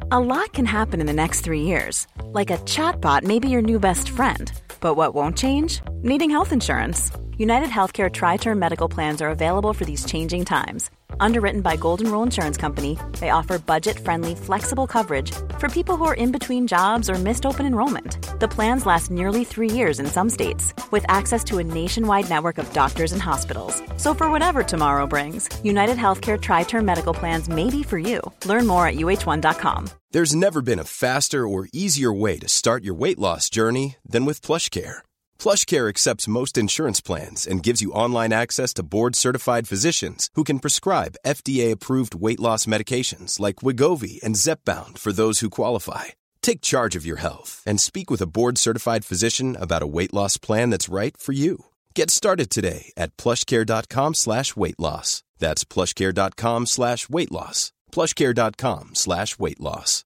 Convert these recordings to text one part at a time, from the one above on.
A lot can happen in the next 3 years. Like a chatbot may be your new best friend. But what won't change? Needing health insurance. United Healthcare Tri-Term Medical Plans are available for these changing times. Underwritten by Golden Rule Insurance Company, they offer budget-friendly, flexible coverage for people who are in between jobs or missed open enrollment. The plans last nearly 3 years in some states, with access to a nationwide network of doctors and hospitals. So for whatever tomorrow brings, United Healthcare Tri-Term Medical Plans may be for you. Learn more at uh1.com. There's never been a faster or easier way to start your weight loss journey than with PlushCare. PlushCare accepts most insurance plans and gives you online access to board-certified physicians who can prescribe FDA-approved weight loss medications like Wegovy and Zepbound for those who qualify. Take charge of your health and speak with a board-certified physician about a weight loss plan that's right for you. Get started today at plushcare.com/weightloss. That's plushcare.com/weightloss. plushcare.com/weightloss.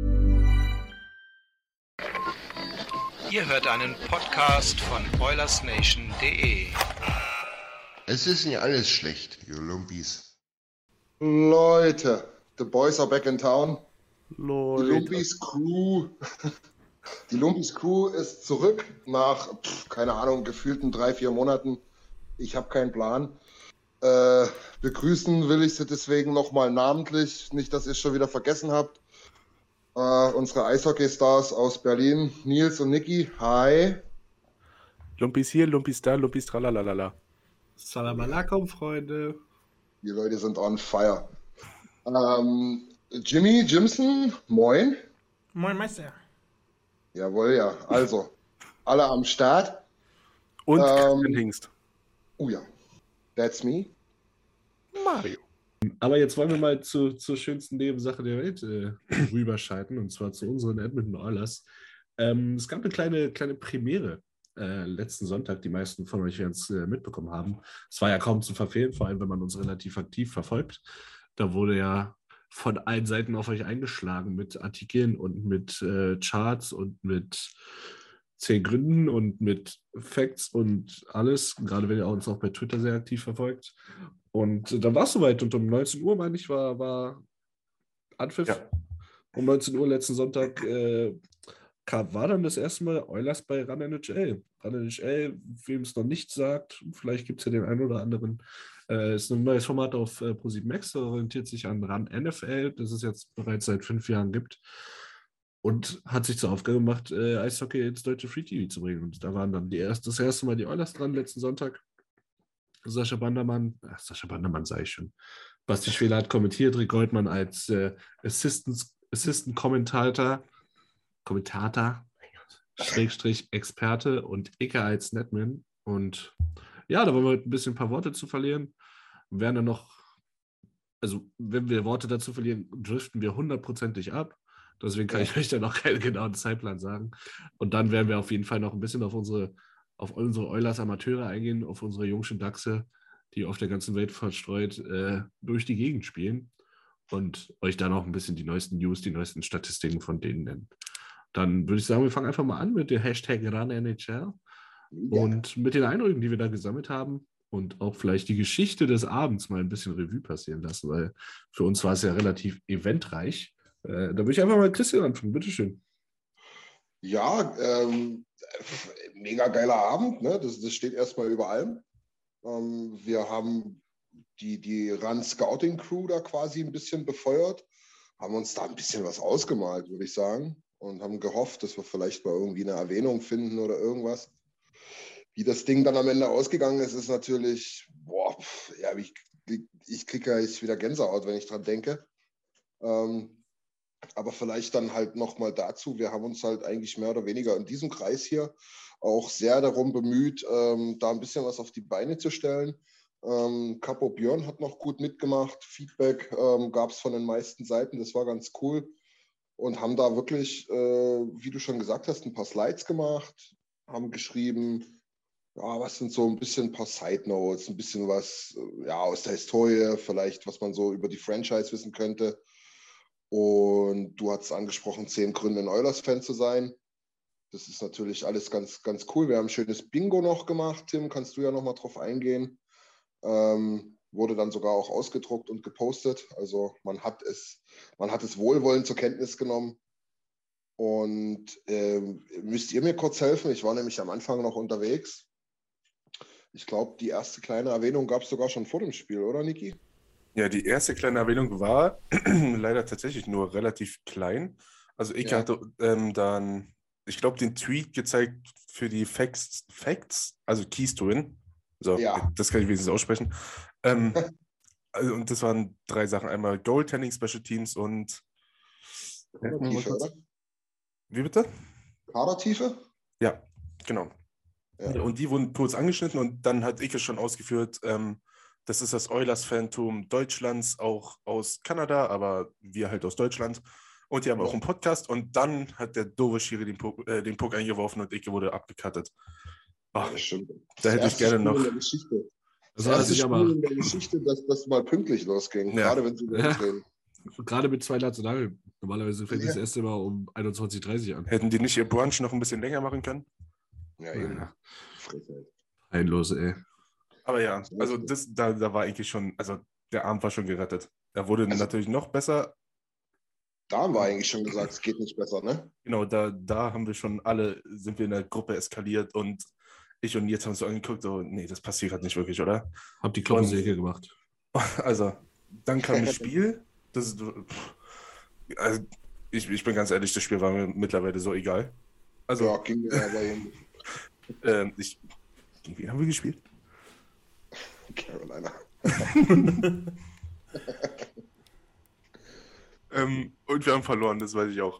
Ihr hört einen Podcast von OilersNation.de. Es ist nicht alles schlecht, ihr Lumpis. Leute, the boys are back in town. Leute. Die Lumpis Crew. Die Lumpis Crew ist zurück nach, keine Ahnung, gefühlten 3-4 Monaten. Ich habe keinen Plan. Begrüßen will ich sie deswegen nochmal namentlich. Nicht, dass ihr es schon wieder vergessen habt. Unsere Eishockey-Stars aus Berlin, Nils und Niki. Hi. Lumpis hier, Lumpis da, Lumpis tralalala. Salam alaikum, Freunde. Die Leute sind on fire. Jimmy, Jimson, moin. Moin Meister. Jawohl, ja. Also, alle am Start. Und Christian Hingst. Oh ja, that's me. Mario. Aber jetzt wollen wir mal zur schönsten Nebensache der Welt rüberschalten, und zwar zu unseren Edmonton Oilers. Es gab eine kleine Premiere letzten Sonntag, die meisten von euch werden es mitbekommen haben. Es war ja kaum zu verfehlen, vor allem wenn man uns relativ aktiv verfolgt. Da wurde ja von allen Seiten auf euch eingeschlagen mit Artikeln und mit Charts und mit 10 Gründen und mit Facts und alles, gerade wenn ihr uns auch bei Twitter sehr aktiv verfolgt. Und dann war es soweit und um 19 Uhr, meine ich, war Anpfiff. Ja. Um 19 Uhr letzten Sonntag war dann das erste Mal Oilers bei Run NHL. Run NHL, wem es noch nicht sagt, vielleicht gibt es ja den einen oder anderen, ist ein neues Format auf ProSieben Max, orientiert sich an Run NFL, das es jetzt bereits seit 5 Jahren gibt. Und hat sich zur Aufgabe gemacht, Eishockey ins deutsche Free TV zu bringen. Und da waren dann das erste Mal die Oilers dran, letzten Sonntag. Sascha Bandermann sage ich schon. Basti Schwele hat kommentiert, Rick Goldmann als Assistant Kommentator, Schrägstrich Experte und Icke als Netman. Und ja, da wollen wir ein bisschen ein paar Worte zu verlieren. Wir werden dann noch, also wenn wir Worte dazu verlieren, driften wir 100%ig ab. Deswegen kann ich euch da noch keinen genauen Zeitplan sagen. Und dann werden wir auf jeden Fall noch ein bisschen auf unsere Oilers Amateure eingehen, auf unsere jungschen Dachse, die auf der ganzen Welt verstreut durch die Gegend spielen und euch dann auch ein bisschen die neuesten News, die neuesten Statistiken von denen nennen. Dann würde ich sagen, wir fangen einfach mal an mit dem Hashtag RunNHL und mit den Eindrücken, die wir da gesammelt haben und auch vielleicht die Geschichte des Abends mal ein bisschen Revue passieren lassen, weil für uns war es ja relativ eventreich. Da würde ich einfach mal Christian anfangen, bitteschön. Ja, mega geiler Abend, ne? Das steht erstmal über allem. Wir haben die Run Scouting Crew da quasi ein bisschen befeuert, haben uns da ein bisschen was ausgemalt, würde ich sagen, und haben gehofft, dass wir vielleicht mal irgendwie eine Erwähnung finden oder irgendwas. Wie das Ding dann am Ende ausgegangen ist, ist natürlich, ich kriege ja jetzt wieder Gänsehaut, wenn ich dran denke. Aber vielleicht dann halt nochmal dazu, wir haben uns halt eigentlich mehr oder weniger in diesem Kreis hier auch sehr darum bemüht, da ein bisschen was auf die Beine zu stellen. Capo Björn hat noch gut mitgemacht, Feedback gab es von den meisten Seiten, das war ganz cool und haben da wirklich, wie du schon gesagt hast, ein paar Slides gemacht, haben geschrieben, ja, was sind so ein paar Side Notes, ein bisschen was aus der Historie, vielleicht was man so über die Franchise wissen könnte. Und du hast angesprochen, 10 Gründe, ein Oilers-Fan zu sein. Das ist natürlich alles ganz, ganz cool. Wir haben ein schönes Bingo noch gemacht. Tim, kannst du ja noch mal drauf eingehen. wurde dann sogar auch ausgedruckt und gepostet. Also man hat es wohlwollend zur Kenntnis genommen. Und müsst ihr mir kurz helfen? Ich war nämlich am Anfang noch unterwegs. Ich glaube, die erste kleine Erwähnung gab es sogar schon vor dem Spiel, oder Niki? Ja, die erste kleine Erwähnung war leider tatsächlich nur relativ klein. Also ich hatte dann, ich glaube, den Tweet gezeigt für die Facts, also Keys to Win. So, das kann ich wenigstens aussprechen. Also, und das waren 3 Sachen. Einmal Goaltending, Special Teams und... Kadertiefe, oder? Wie bitte? Kadertiefe? Ja, genau. Ja. Und die wurden kurz angeschnitten und dann hat Ike schon ausgeführt, das ist das Oilers-Phantom Deutschlands, auch aus Kanada, aber wir halt aus Deutschland. Und die haben auch einen Podcast und dann hat der doofe Schiri den Puck eingeworfen und Ike wurde abgecuttet. Oh, ja, stimmt. Da hätte ich gerne noch... Das erste Spiel in der Geschichte, dass das mal pünktlich losging, gerade wenn sie reden. Gerade mit 2 Nationalen. Normalerweise fängt das erste Mal um 21:30 Uhr an. Hätten die nicht ihr Brunch noch ein bisschen länger machen können? Ja, eben. Ja. Einlos, ey. Aber ja, also da war eigentlich schon, also der Abend war schon gerettet. Er wurde natürlich noch besser. Da haben wir eigentlich schon gesagt, es geht nicht besser, ne? Genau, da haben wir schon sind wir in der Gruppe eskaliert und ich und Nils haben so angeguckt, so, nee, das passiert gerade nicht wirklich, oder? Hab die Kloppensäge gemacht. Also, dann kam das Spiel. Also, ich bin ganz ehrlich, das Spiel war mir mittlerweile so egal. Also, ja, ging mir aber hin. Gegen wen haben wir gespielt? Carolina. Und wir haben verloren, das weiß ich auch.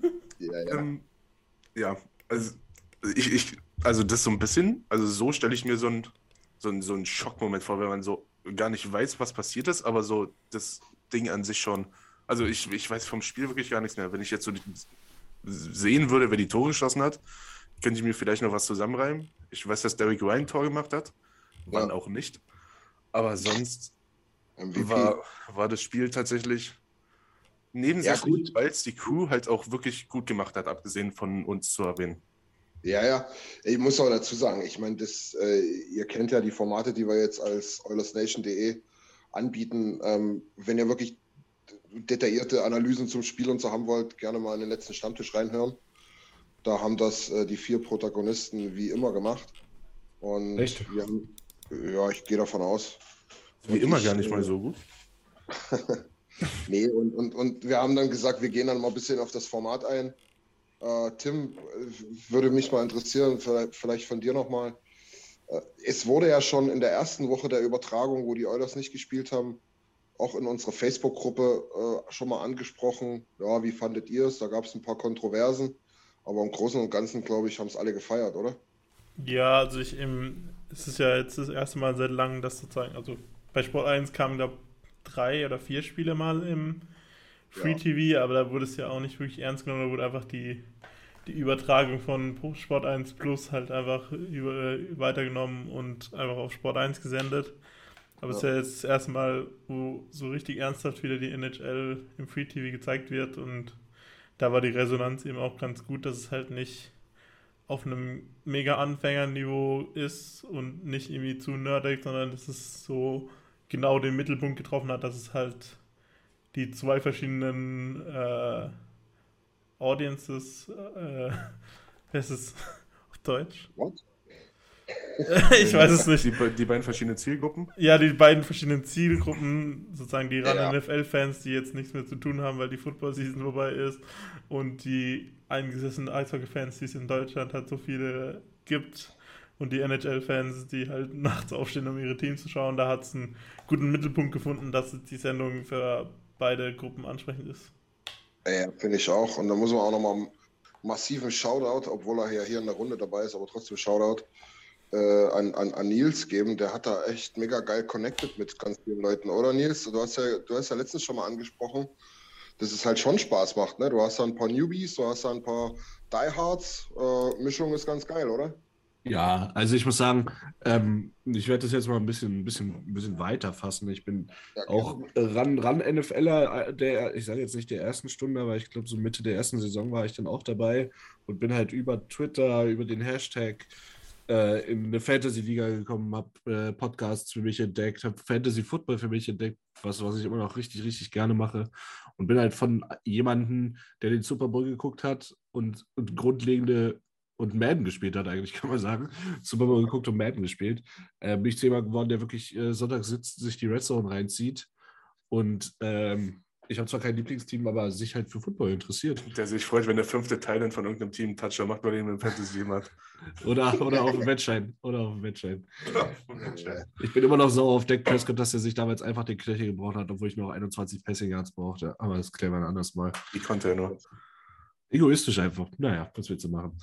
Ja. Also also das so ein bisschen, also so stelle ich mir so einen Schockmoment vor, wenn man so gar nicht weiß, was passiert ist, aber so das Ding an sich schon, also ich weiß vom Spiel wirklich gar nichts mehr. Wenn ich jetzt so sehen würde, wer die Tore geschossen hat, könnte ich mir vielleicht noch was zusammenreimen. Ich weiß, dass Derek Ryan ein Tor gemacht hat, wann auch nicht. Aber sonst war das Spiel tatsächlich nebensächlich, weil es die Crew halt auch wirklich gut gemacht hat, abgesehen von uns zu erwähnen. Ja. Ich muss auch dazu sagen, ich meine, ihr kennt ja die Formate, die wir jetzt als OilersNation.de anbieten. Wenn ihr wirklich detaillierte Analysen zum Spiel und so haben wollt, gerne mal in den letzten Stammtisch reinhören. Da haben das die 4 Protagonisten wie immer gemacht. Und echt? Ich gehe davon aus. Wie immer gar nicht mal so gut. Nee, und wir haben dann gesagt, wir gehen dann mal ein bisschen auf das Format ein. Tim, würde mich mal interessieren, vielleicht von dir nochmal. Es wurde ja schon in der ersten Woche der Übertragung, wo die Oilers nicht gespielt haben, auch in unserer Facebook-Gruppe schon mal angesprochen. Ja, wie fandet ihr es? Da gab es ein paar Kontroversen. Aber im Großen und Ganzen, glaube ich, haben es alle gefeiert, oder? Ja, also es ist ja jetzt das erste Mal seit langem, dass sozusagen, also bei Sport 1 kamen, glaube ich, 3 oder 4 Spiele mal im Free TV, aber da wurde es ja auch nicht wirklich ernst genommen, da wurde einfach die Übertragung von Sport 1 Plus halt einfach weitergenommen und einfach auf Sport 1 gesendet. Aber es ist ja jetzt das erste Mal, wo so richtig ernsthaft wieder die NHL im Free TV gezeigt wird und da war die Resonanz eben auch ganz gut, dass es halt nicht auf einem mega Anfängerniveau ist und nicht irgendwie zu nerdig, sondern dass es so genau den Mittelpunkt getroffen hat, dass es halt die 2 verschiedenen Audiences, wer ist es auf Deutsch? What? Ich weiß es nicht. Die beiden verschiedenen Zielgruppen? Ja, die beiden verschiedenen Zielgruppen, sozusagen die NFL-Fans, die jetzt nichts mehr zu tun haben, weil die Football-Season vorbei ist, und die eingesessenen Eishockey-Fans, die es in Deutschland halt so viele gibt, und die NHL-Fans, die halt nachts aufstehen, um ihre Teams zu schauen. Da hat es einen guten Mittelpunkt gefunden, dass die Sendung für beide Gruppen ansprechend ist. Ja, finde ich auch. Und da muss man auch nochmal einen massiven Shoutout, obwohl er ja hier in der Runde dabei ist, aber trotzdem Shoutout an Nils geben. Der hat da echt mega geil connected mit ganz vielen Leuten, oder Nils? Du hast ja letztens schon mal angesprochen, dass es halt schon Spaß macht, ne? Du hast da ein paar Newbies, du hast da ein paar Diehards. Mischung ist ganz geil, oder? Ja, also ich muss sagen, ich werde das jetzt mal ein bisschen weiter fassen. Ich bin auch ran NFLer, ich sage jetzt nicht der ersten Stunde, aber ich glaube so Mitte der ersten Saison war ich dann auch dabei und bin halt über Twitter, über den Hashtag in eine Fantasy-Liga gekommen, habe Podcasts für mich entdeckt, habe Fantasy-Football für mich entdeckt, was ich immer noch richtig, richtig gerne mache. Und bin halt von jemandem, der den Super Bowl geguckt hat und grundlegende und Madden gespielt hat, eigentlich kann man sagen. Super Bowl geguckt und Madden gespielt. Bin ich zu jemandem geworden, der wirklich sonntags sitzt, sich die Red Zone reinzieht. Und ich habe zwar kein Lieblingsteam, aber sich halt für Football interessiert. Der sich freut, wenn der 5. Thailand von irgendeinem Team einen Touchdown macht, weil er ihn im Fantasy-Team hat. Oder auf dem Wettschein. Ich bin immer noch sauer auf Dak Prescott, dass er sich damals einfach den Knöchel gebrochen hat, obwohl ich noch 21 Passing Yards brauchte. Aber das klären wir ein anderes Mal. Wie konnte er nur? Egoistisch einfach. Naja, was willst du machen?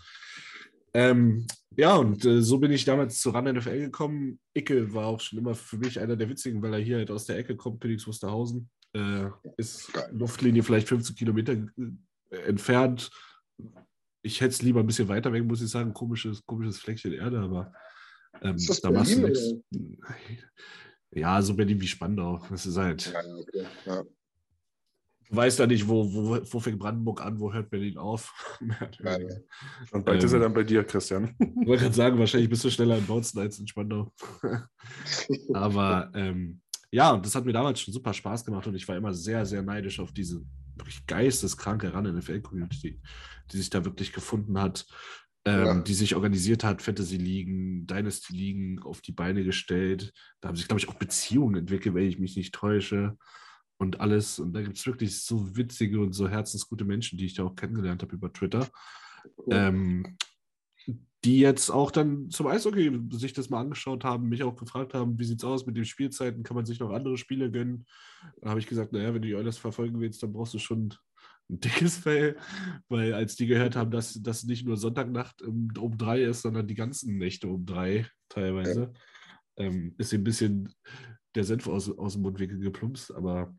So bin ich damals zur RAN NFL gekommen. Icke war auch schon immer für mich einer der witzigen, weil er hier halt aus der Ecke kommt, Königs Wusterhausen. Ist Luftlinie vielleicht 15 Kilometer entfernt. Ich hätte es lieber ein bisschen weiter weg, muss ich sagen. Komisches Fleckchen Erde, aber da machst du nichts. Ja, so Berlin wie Spandau. Das ist halt. Ja, okay. Ja. Du weißt ja nicht, wo fängt Brandenburg an, wo hört Berlin auf. Ja. Und bald ist er dann bei dir, Christian. Ich wollte gerade sagen, wahrscheinlich bist du schneller in Bautzen als in Spandau. Aber und das hat mir damals schon super Spaß gemacht und ich war immer sehr, sehr neidisch auf diese wirklich geisteskranke RAN-NFL-Community, die sich da wirklich gefunden hat, die sich organisiert hat, Fantasy-Ligen, Dynasty-Ligen auf die Beine gestellt. Da haben sich, glaube ich, auch Beziehungen entwickelt, wenn ich mich nicht täusche und alles. Und da gibt es wirklich so witzige und so herzensgute Menschen, die ich da auch kennengelernt habe über Twitter. Cool. Die jetzt auch dann zum Eishockey sich das mal angeschaut haben, mich auch gefragt haben, wie sieht es aus mit den Spielzeiten, kann man sich noch andere Spiele gönnen? Da habe ich gesagt, naja, wenn du die Oilers verfolgen willst, dann brauchst du schon ein dickes Fell, weil als die gehört haben, dass das nicht nur Sonntagnacht um 3 ist, sondern die ganzen Nächte um 3 teilweise, ist ein bisschen der Senf aus dem Mundwinkel geplumpst, aber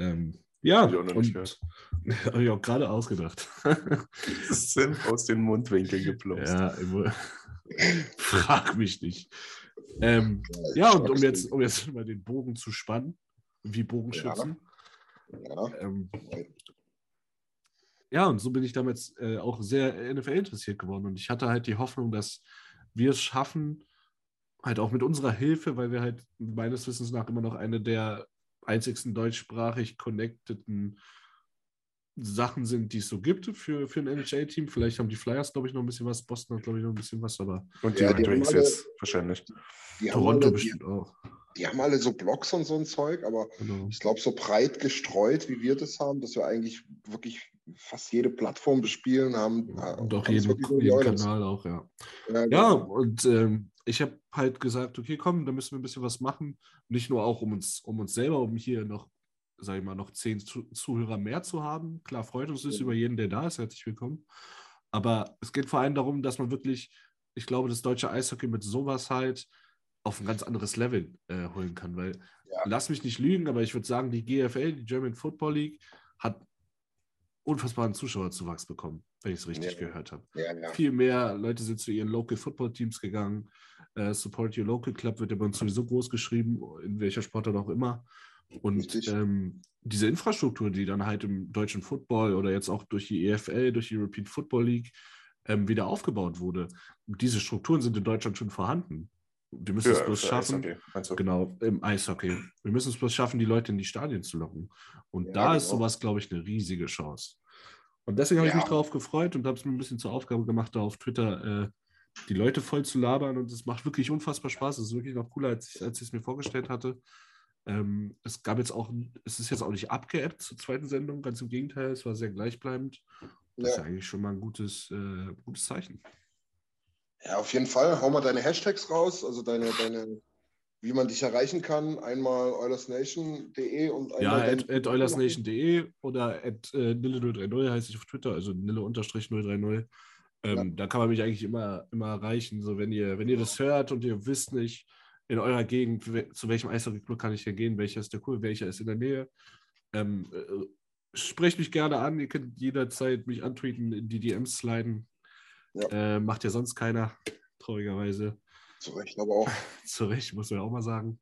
habe ich auch gerade ausgedacht. Senf aus den Mundwinkeln geplumpst. Ja, frag mich nicht. Und um jetzt mal den Bogen zu spannen, wie Bogenschützen. Und so bin ich damals auch sehr NFL interessiert geworden. Und ich hatte halt die Hoffnung, dass wir es schaffen, halt auch mit unserer Hilfe, weil wir halt meines Wissens nach immer noch eine der einzigsten deutschsprachig connecteden Sachen sind, die es so gibt für ein NHL-Team. Vielleicht haben die Flyers, glaube ich, noch ein bisschen was. Boston hat, glaube ich, noch ein bisschen was, aber. Und die Red Wings jetzt wahrscheinlich. Toronto bestimmt auch. Die haben alle so Blogs und so ein Zeug, aber ich glaube, so breit gestreut, wie wir das haben, dass wir eigentlich wirklich fast jede Plattform bespielen haben. Und auch jeden Kanal auch, ja. Und ich habe halt gesagt, okay, komm, da müssen wir ein bisschen was machen. Nicht nur auch um uns selber, um hier noch, sag ich mal, noch 10 Zuhörer mehr zu haben. Klar, freut uns das über jeden, der da ist. Herzlich willkommen. Aber es geht vor allem darum, dass man wirklich, ich glaube, das deutsche Eishockey mit sowas halt auf ein ganz anderes Level holen kann. Weil, lass mich nicht lügen, aber ich würde sagen, die GFL, die German Football League, hat unfassbaren Zuschauerzuwachs bekommen, wenn ich es richtig gehört habe. Viel mehr Leute sind zu ihren Local Football Teams gegangen. Support Your Local Club wird ja bei uns sowieso groß geschrieben, in welcher Sportart auch immer. Und diese Infrastruktur, die dann halt im deutschen Football oder jetzt auch durch die EFL, durch die European Football League wieder aufgebaut wurde, diese Strukturen sind in Deutschland schon vorhanden. Wir müssen es bloß schaffen, genau, im Eishockey. Wir müssen es bloß schaffen, die Leute in die Stadien zu locken. Und ist sowas, glaube ich, eine riesige Chance. Und deswegen habe ich mich darauf gefreut und habe es mir ein bisschen zur Aufgabe gemacht, da auf Twitter die Leute voll zu labern. Und es macht wirklich unfassbar Spaß. Es ist wirklich noch cooler, als ich es mir vorgestellt hatte. Es ist jetzt auch nicht abgeebbt zur zweiten Sendung, ganz im Gegenteil, es war sehr gleichbleibend. Das ist ja eigentlich schon mal ein gutes Zeichen. Ja, auf jeden Fall. Hau mal deine Hashtags raus, also deine wie man dich erreichen kann. Einmal oilersnation.de und einmal at oilersnation.de oder at nille030 heiße ich auf Twitter, also nille_030. Da kann man mich eigentlich immer erreichen. So, wenn ihr das hört und ihr wisst nicht in eurer Gegend, zu welchem Eishockey-Club kann ich hier gehen, welcher ist der cool, welcher ist in der Nähe, sprecht mich gerne an. Ihr könnt jederzeit mich antweeten, in die DMs sliden. Macht ja sonst keiner, traurigerweise. Zu Recht aber auch. Zu Recht, muss man ja auch mal sagen.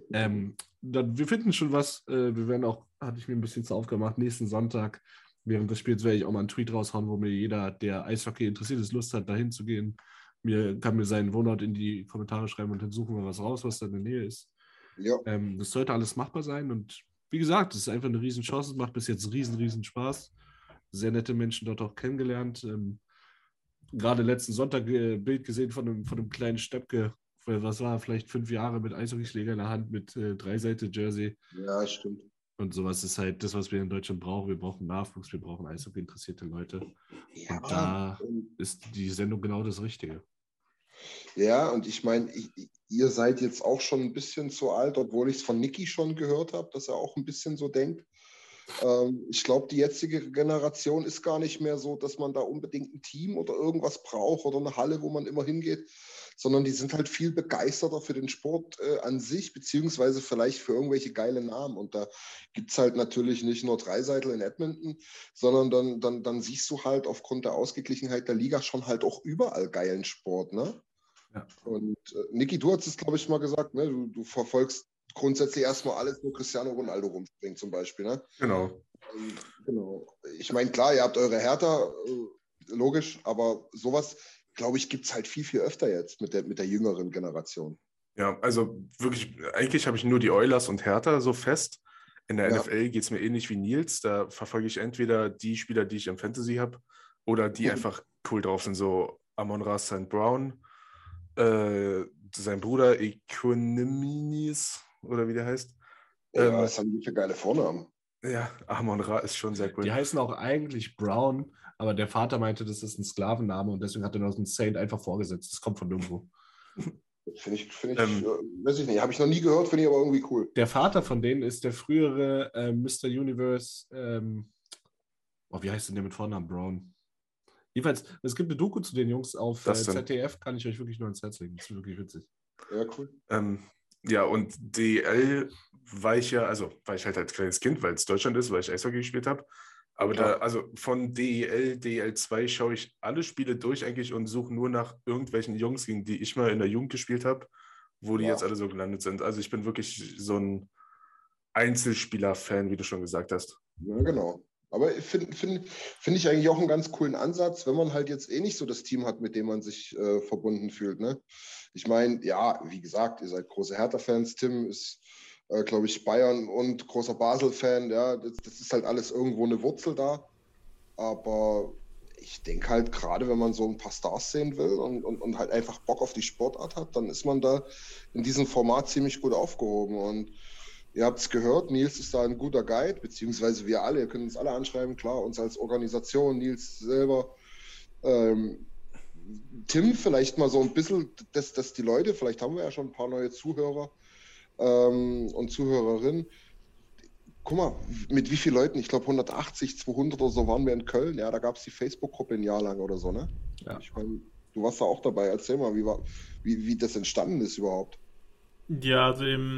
Wir finden schon was. Wir werden auch, hatte ich mir ein bisschen zur Aufgabe gemacht, nächsten Sonntag, während des Spiels werde ich auch mal einen Tweet raushauen, wo mir jeder, der Eishockey interessiert ist, Lust hat, dahin zu gehen, kann mir seinen Wohnort in die Kommentare schreiben und dann suchen wir was raus, was da in der Nähe ist. Ja. Das sollte alles machbar sein und wie gesagt, es ist einfach eine Riesenchance. Es macht bis jetzt riesen Spaß. Sehr nette Menschen dort auch kennengelernt. Gerade letzten Sonntag Bild gesehen von einem kleinen Steppke, was war, vielleicht 5 Jahre mit Eishockeyschläger in der Hand, mit Dreiseite-Jersey. Ja, stimmt. Und sowas ist halt das, was wir in Deutschland brauchen. Wir brauchen Nachwuchs, wir brauchen Eishockey-interessierte Leute. Ja, und da ist die Sendung genau das Richtige. Ja, und ich meine, ihr seid jetzt auch schon ein bisschen zu alt, obwohl ich es von Niki schon gehört habe, dass er auch ein bisschen so denkt. Ich glaube, die jetzige Generation ist gar nicht mehr so, dass man da unbedingt ein Team oder irgendwas braucht oder eine Halle, wo man immer hingeht, sondern die sind halt viel begeisterter für den Sport an sich, beziehungsweise vielleicht für irgendwelche geile Namen. Und da gibt es halt natürlich nicht nur Dreiseitel in Edmonton, sondern dann siehst du halt aufgrund der Ausgeglichenheit der Liga schon halt auch überall geilen Sport, ne? Ja. Und Niki, du hast es, glaube ich, mal gesagt, ne? Du verfolgst grundsätzlich erstmal alles, wo Cristiano Ronaldo rumspringt zum Beispiel, ne? Genau. Genau. Ich meine, klar, ihr habt eure Hertha, logisch, aber sowas, glaube ich, gibt es halt viel öfter jetzt mit der jüngeren Generation. Ja, also wirklich, eigentlich habe ich nur die Oilers und Hertha so fest. In der NFL geht es mir ähnlich wie Nils. Da verfolge ich entweder die Spieler, die ich im Fantasy habe, oder die einfach cool drauf sind, so Amon-Ra St. Brown, sein Bruder Equanimeous, oder wie der heißt. Ja, das haben die für geile Vornamen. Ja, Amon-Ra ist schon sehr cool. Die heißen auch eigentlich Brown, aber der Vater meinte, das ist ein Sklavenname und deswegen hat er noch einen Saint einfach vorgesetzt. Das kommt von nirgendwo. Finde ich, weiß ich nicht, habe ich noch nie gehört, finde ich aber irgendwie cool. Der Vater von denen ist der frühere Mr. Universe, wie heißt denn der mit Vornamen? Brown. Jedenfalls, es gibt eine Doku zu den Jungs auf ZDF, kann ich euch wirklich nur ans Herz legen. Das ist wirklich witzig. Ja, cool. Ja, und DL war ich halt als kleines Kind, weil es Deutschland ist, weil ich Eishockey gespielt habe. Aber von DEL, DL2 schaue ich alle Spiele durch eigentlich und suche nur nach irgendwelchen Jungs, gegen die ich mal in der Jugend gespielt habe, wo die jetzt alle so gelandet sind. Also ich bin wirklich so ein Einzelspieler-Fan, wie du schon gesagt hast. Ja, genau. Aber finde ich eigentlich auch einen ganz coolen Ansatz, wenn man halt jetzt nicht so das Team hat, mit dem man sich verbunden fühlt. Ne? Ich meine, ja, wie gesagt, ihr seid große Hertha-Fans. Tim ist, glaube ich, Bayern und großer Basel-Fan. Ja, das ist halt alles irgendwo eine Wurzel da. Aber ich denke halt, gerade wenn man so ein paar Stars sehen will und halt einfach Bock auf die Sportart hat, dann ist man da in diesem Format ziemlich gut aufgehoben. Und ihr habt es gehört, Nils ist da ein guter Guide, beziehungsweise wir alle, ihr könnt uns alle anschreiben, klar, uns als Organisation, Nils selber. Tim, vielleicht mal so ein bisschen, dass die Leute, vielleicht haben wir ja schon ein paar neue Zuhörer und Zuhörerinnen. Guck mal, mit wie vielen Leuten, ich glaube 180, 200 oder so waren wir in Köln, ja, da gab es die Facebook-Gruppe ein Jahr lang oder so, ne? Ja. Ich meine, du warst da auch dabei, erzähl mal, wie das entstanden ist überhaupt. Ja,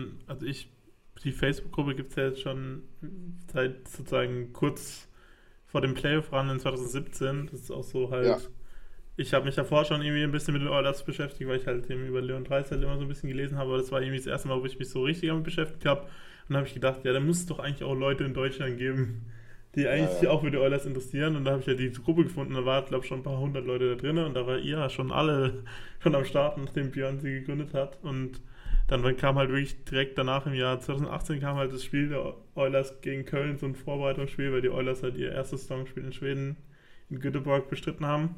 die Facebook-Gruppe gibt es ja jetzt schon seit sozusagen kurz vor dem Playoff-Run in 2017. Das ist auch so halt. Ja. Ich habe mich davor schon irgendwie ein bisschen mit den Oilers beschäftigt, weil ich halt eben über Leon Draisaitl immer so ein bisschen gelesen habe. Aber das war irgendwie das erste Mal, wo ich mich so richtig damit beschäftigt habe. Und dann habe ich gedacht, ja, da muss es doch eigentlich auch Leute in Deutschland geben, die eigentlich sich auch für die Oilers interessieren. Und da habe ich ja die Gruppe gefunden. Da waren, glaube ich, schon ein paar hundert Leute da drin. Und da war ihr schon alle schon am Start, nachdem Björn sie gegründet hat. Und dann kam halt wirklich direkt danach im Jahr 2018 kam halt das Spiel der Oilers gegen Köln, so ein Vorbereitungsspiel, weil die Oilers halt ihr erstes Saisonspiel in Schweden in Göteborg bestritten haben.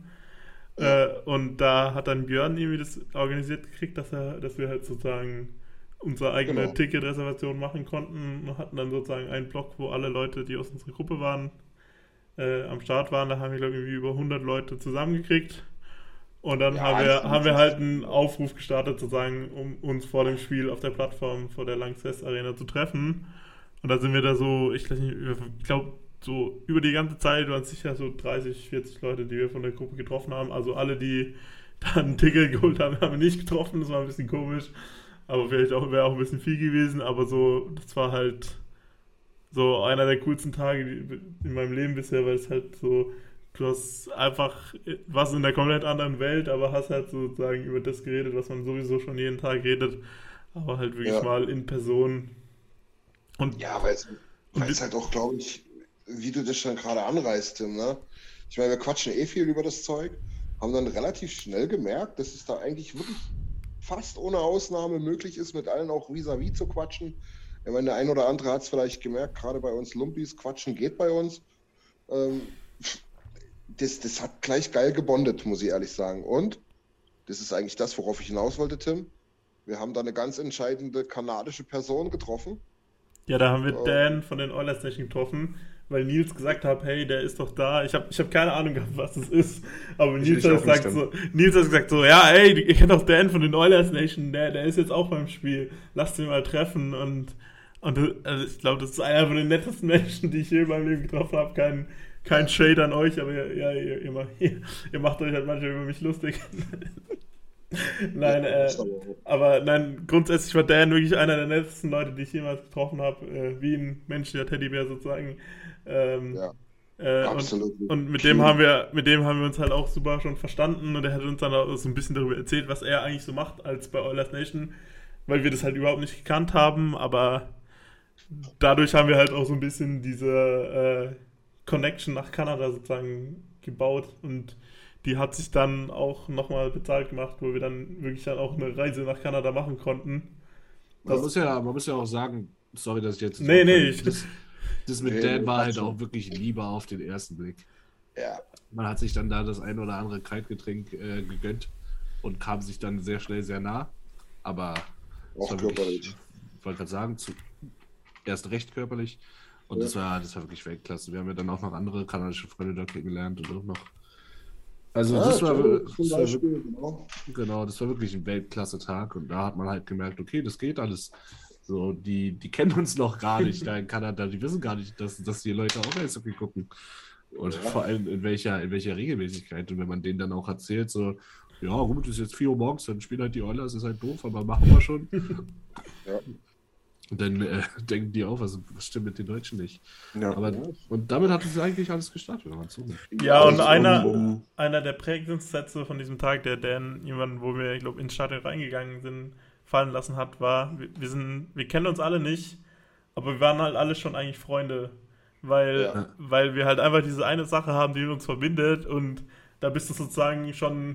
Und da hat dann Björn irgendwie das organisiert gekriegt, dass wir halt sozusagen unsere eigene Ticketreservation machen konnten und hatten dann sozusagen einen Block, wo alle Leute, die aus unserer Gruppe waren, am Start waren. Da haben wir, glaube ich, irgendwie über 100 Leute zusammengekriegt. Und dann haben wir halt einen Aufruf gestartet, sozusagen, um uns vor dem Spiel auf der Plattform vor der Lanxess Arena zu treffen. Und da sind wir da so, ich glaube, so über die ganze Zeit waren es sicher so 30, 40 Leute, die wir von der Gruppe getroffen haben. Also alle, die da ein Ticket geholt haben, haben wir nicht getroffen. Das war ein bisschen komisch. Aber vielleicht wäre auch ein bisschen viel gewesen. Aber so, das war halt so einer der coolsten Tage in meinem Leben bisher, weil es halt so, du hast einfach was in der komplett anderen Welt, aber hast halt sozusagen über das geredet, was man sowieso schon jeden Tag redet, aber halt wirklich mal in Person. Und ja, weil es halt auch, glaube ich, wie du das schon gerade anreißt, Tim, ne? Ich meine, wir quatschen viel über das Zeug, haben dann relativ schnell gemerkt, dass es da eigentlich wirklich fast ohne Ausnahme möglich ist, mit allen auch vis-à-vis zu quatschen. Ich meine, der ein oder andere hat es vielleicht gemerkt, gerade bei uns Lumpis, quatschen geht bei uns. Das hat gleich geil gebondet, muss ich ehrlich sagen. Und das ist eigentlich das, worauf ich hinaus wollte, Tim. Wir haben da eine ganz entscheidende kanadische Person getroffen. Ja, da haben wir Dan von den Oilers Nation getroffen, weil Nils gesagt hat, hey, der ist doch da. Ich hab keine Ahnung gehabt, was das ist. Aber Nils hat gesagt so, ja, ey, ihr kennt doch Dan von den Oilers Nation, der ist jetzt auch beim Spiel. Lasst ihn mal treffen. Und also ich glaube, das ist einer von den nettesten Menschen, die ich je in meinem Leben getroffen habe. Kein Shade an euch, aber ihr macht euch halt manchmal über mich lustig. Nein, grundsätzlich war Dan wirklich einer der nettesten Leute, die ich jemals getroffen habe, wie ein menschlicher Teddybär sozusagen. Absolut. Und mit dem haben wir uns halt auch super schon verstanden und er hat uns dann auch so ein bisschen darüber erzählt, was er eigentlich so macht als bei Oilers Nation, weil wir das halt überhaupt nicht gekannt haben, aber dadurch haben wir halt auch so ein bisschen diese Connection nach Kanada sozusagen gebaut und die hat sich dann auch nochmal bezahlt gemacht, wo wir dann wirklich dann auch eine Reise nach Kanada machen konnten. Man muss ja auch sagen, sorry, dass ich jetzt... Das mit Dan war halt auch wirklich Liebe auf den ersten Blick. Ja. Man hat sich dann da das ein oder andere Kaltgetränk gegönnt und kam sich dann sehr schnell sehr nah. Aber auch körperlich. Ich wollte gerade sagen, erst recht körperlich. Und das war wirklich Weltklasse. Wir haben ja dann auch noch andere kanadische Freunde da kennengelernt und auch noch. Also das war wirklich ein Weltklasse-Tag und da hat man halt gemerkt, okay, das geht alles. So, die kennen uns noch gar nicht da in Kanada, die wissen gar nicht, dass die Leute auch Eishockey gucken. Und vor allem in welcher Regelmäßigkeit. Und wenn man denen dann auch erzählt, so, ja gut, ist jetzt 4 Uhr morgens, dann spielen halt die Oilers, ist halt doof, aber machen wir schon. Ja. Und dann denken die auch, was stimmt mit den Deutschen nicht. Ja. Und damit hat es eigentlich alles gestartet, wenn man zuhört. Ja, und einer der prägendsten Sätze von diesem Tag, der Dan irgendwann, wo wir, ich glaube, ins Stadion reingegangen sind, fallen lassen hat, war, wir kennen uns alle nicht, aber wir waren halt alle schon eigentlich Freunde, weil wir halt einfach diese eine Sache haben, die uns verbindet und da bist du sozusagen schon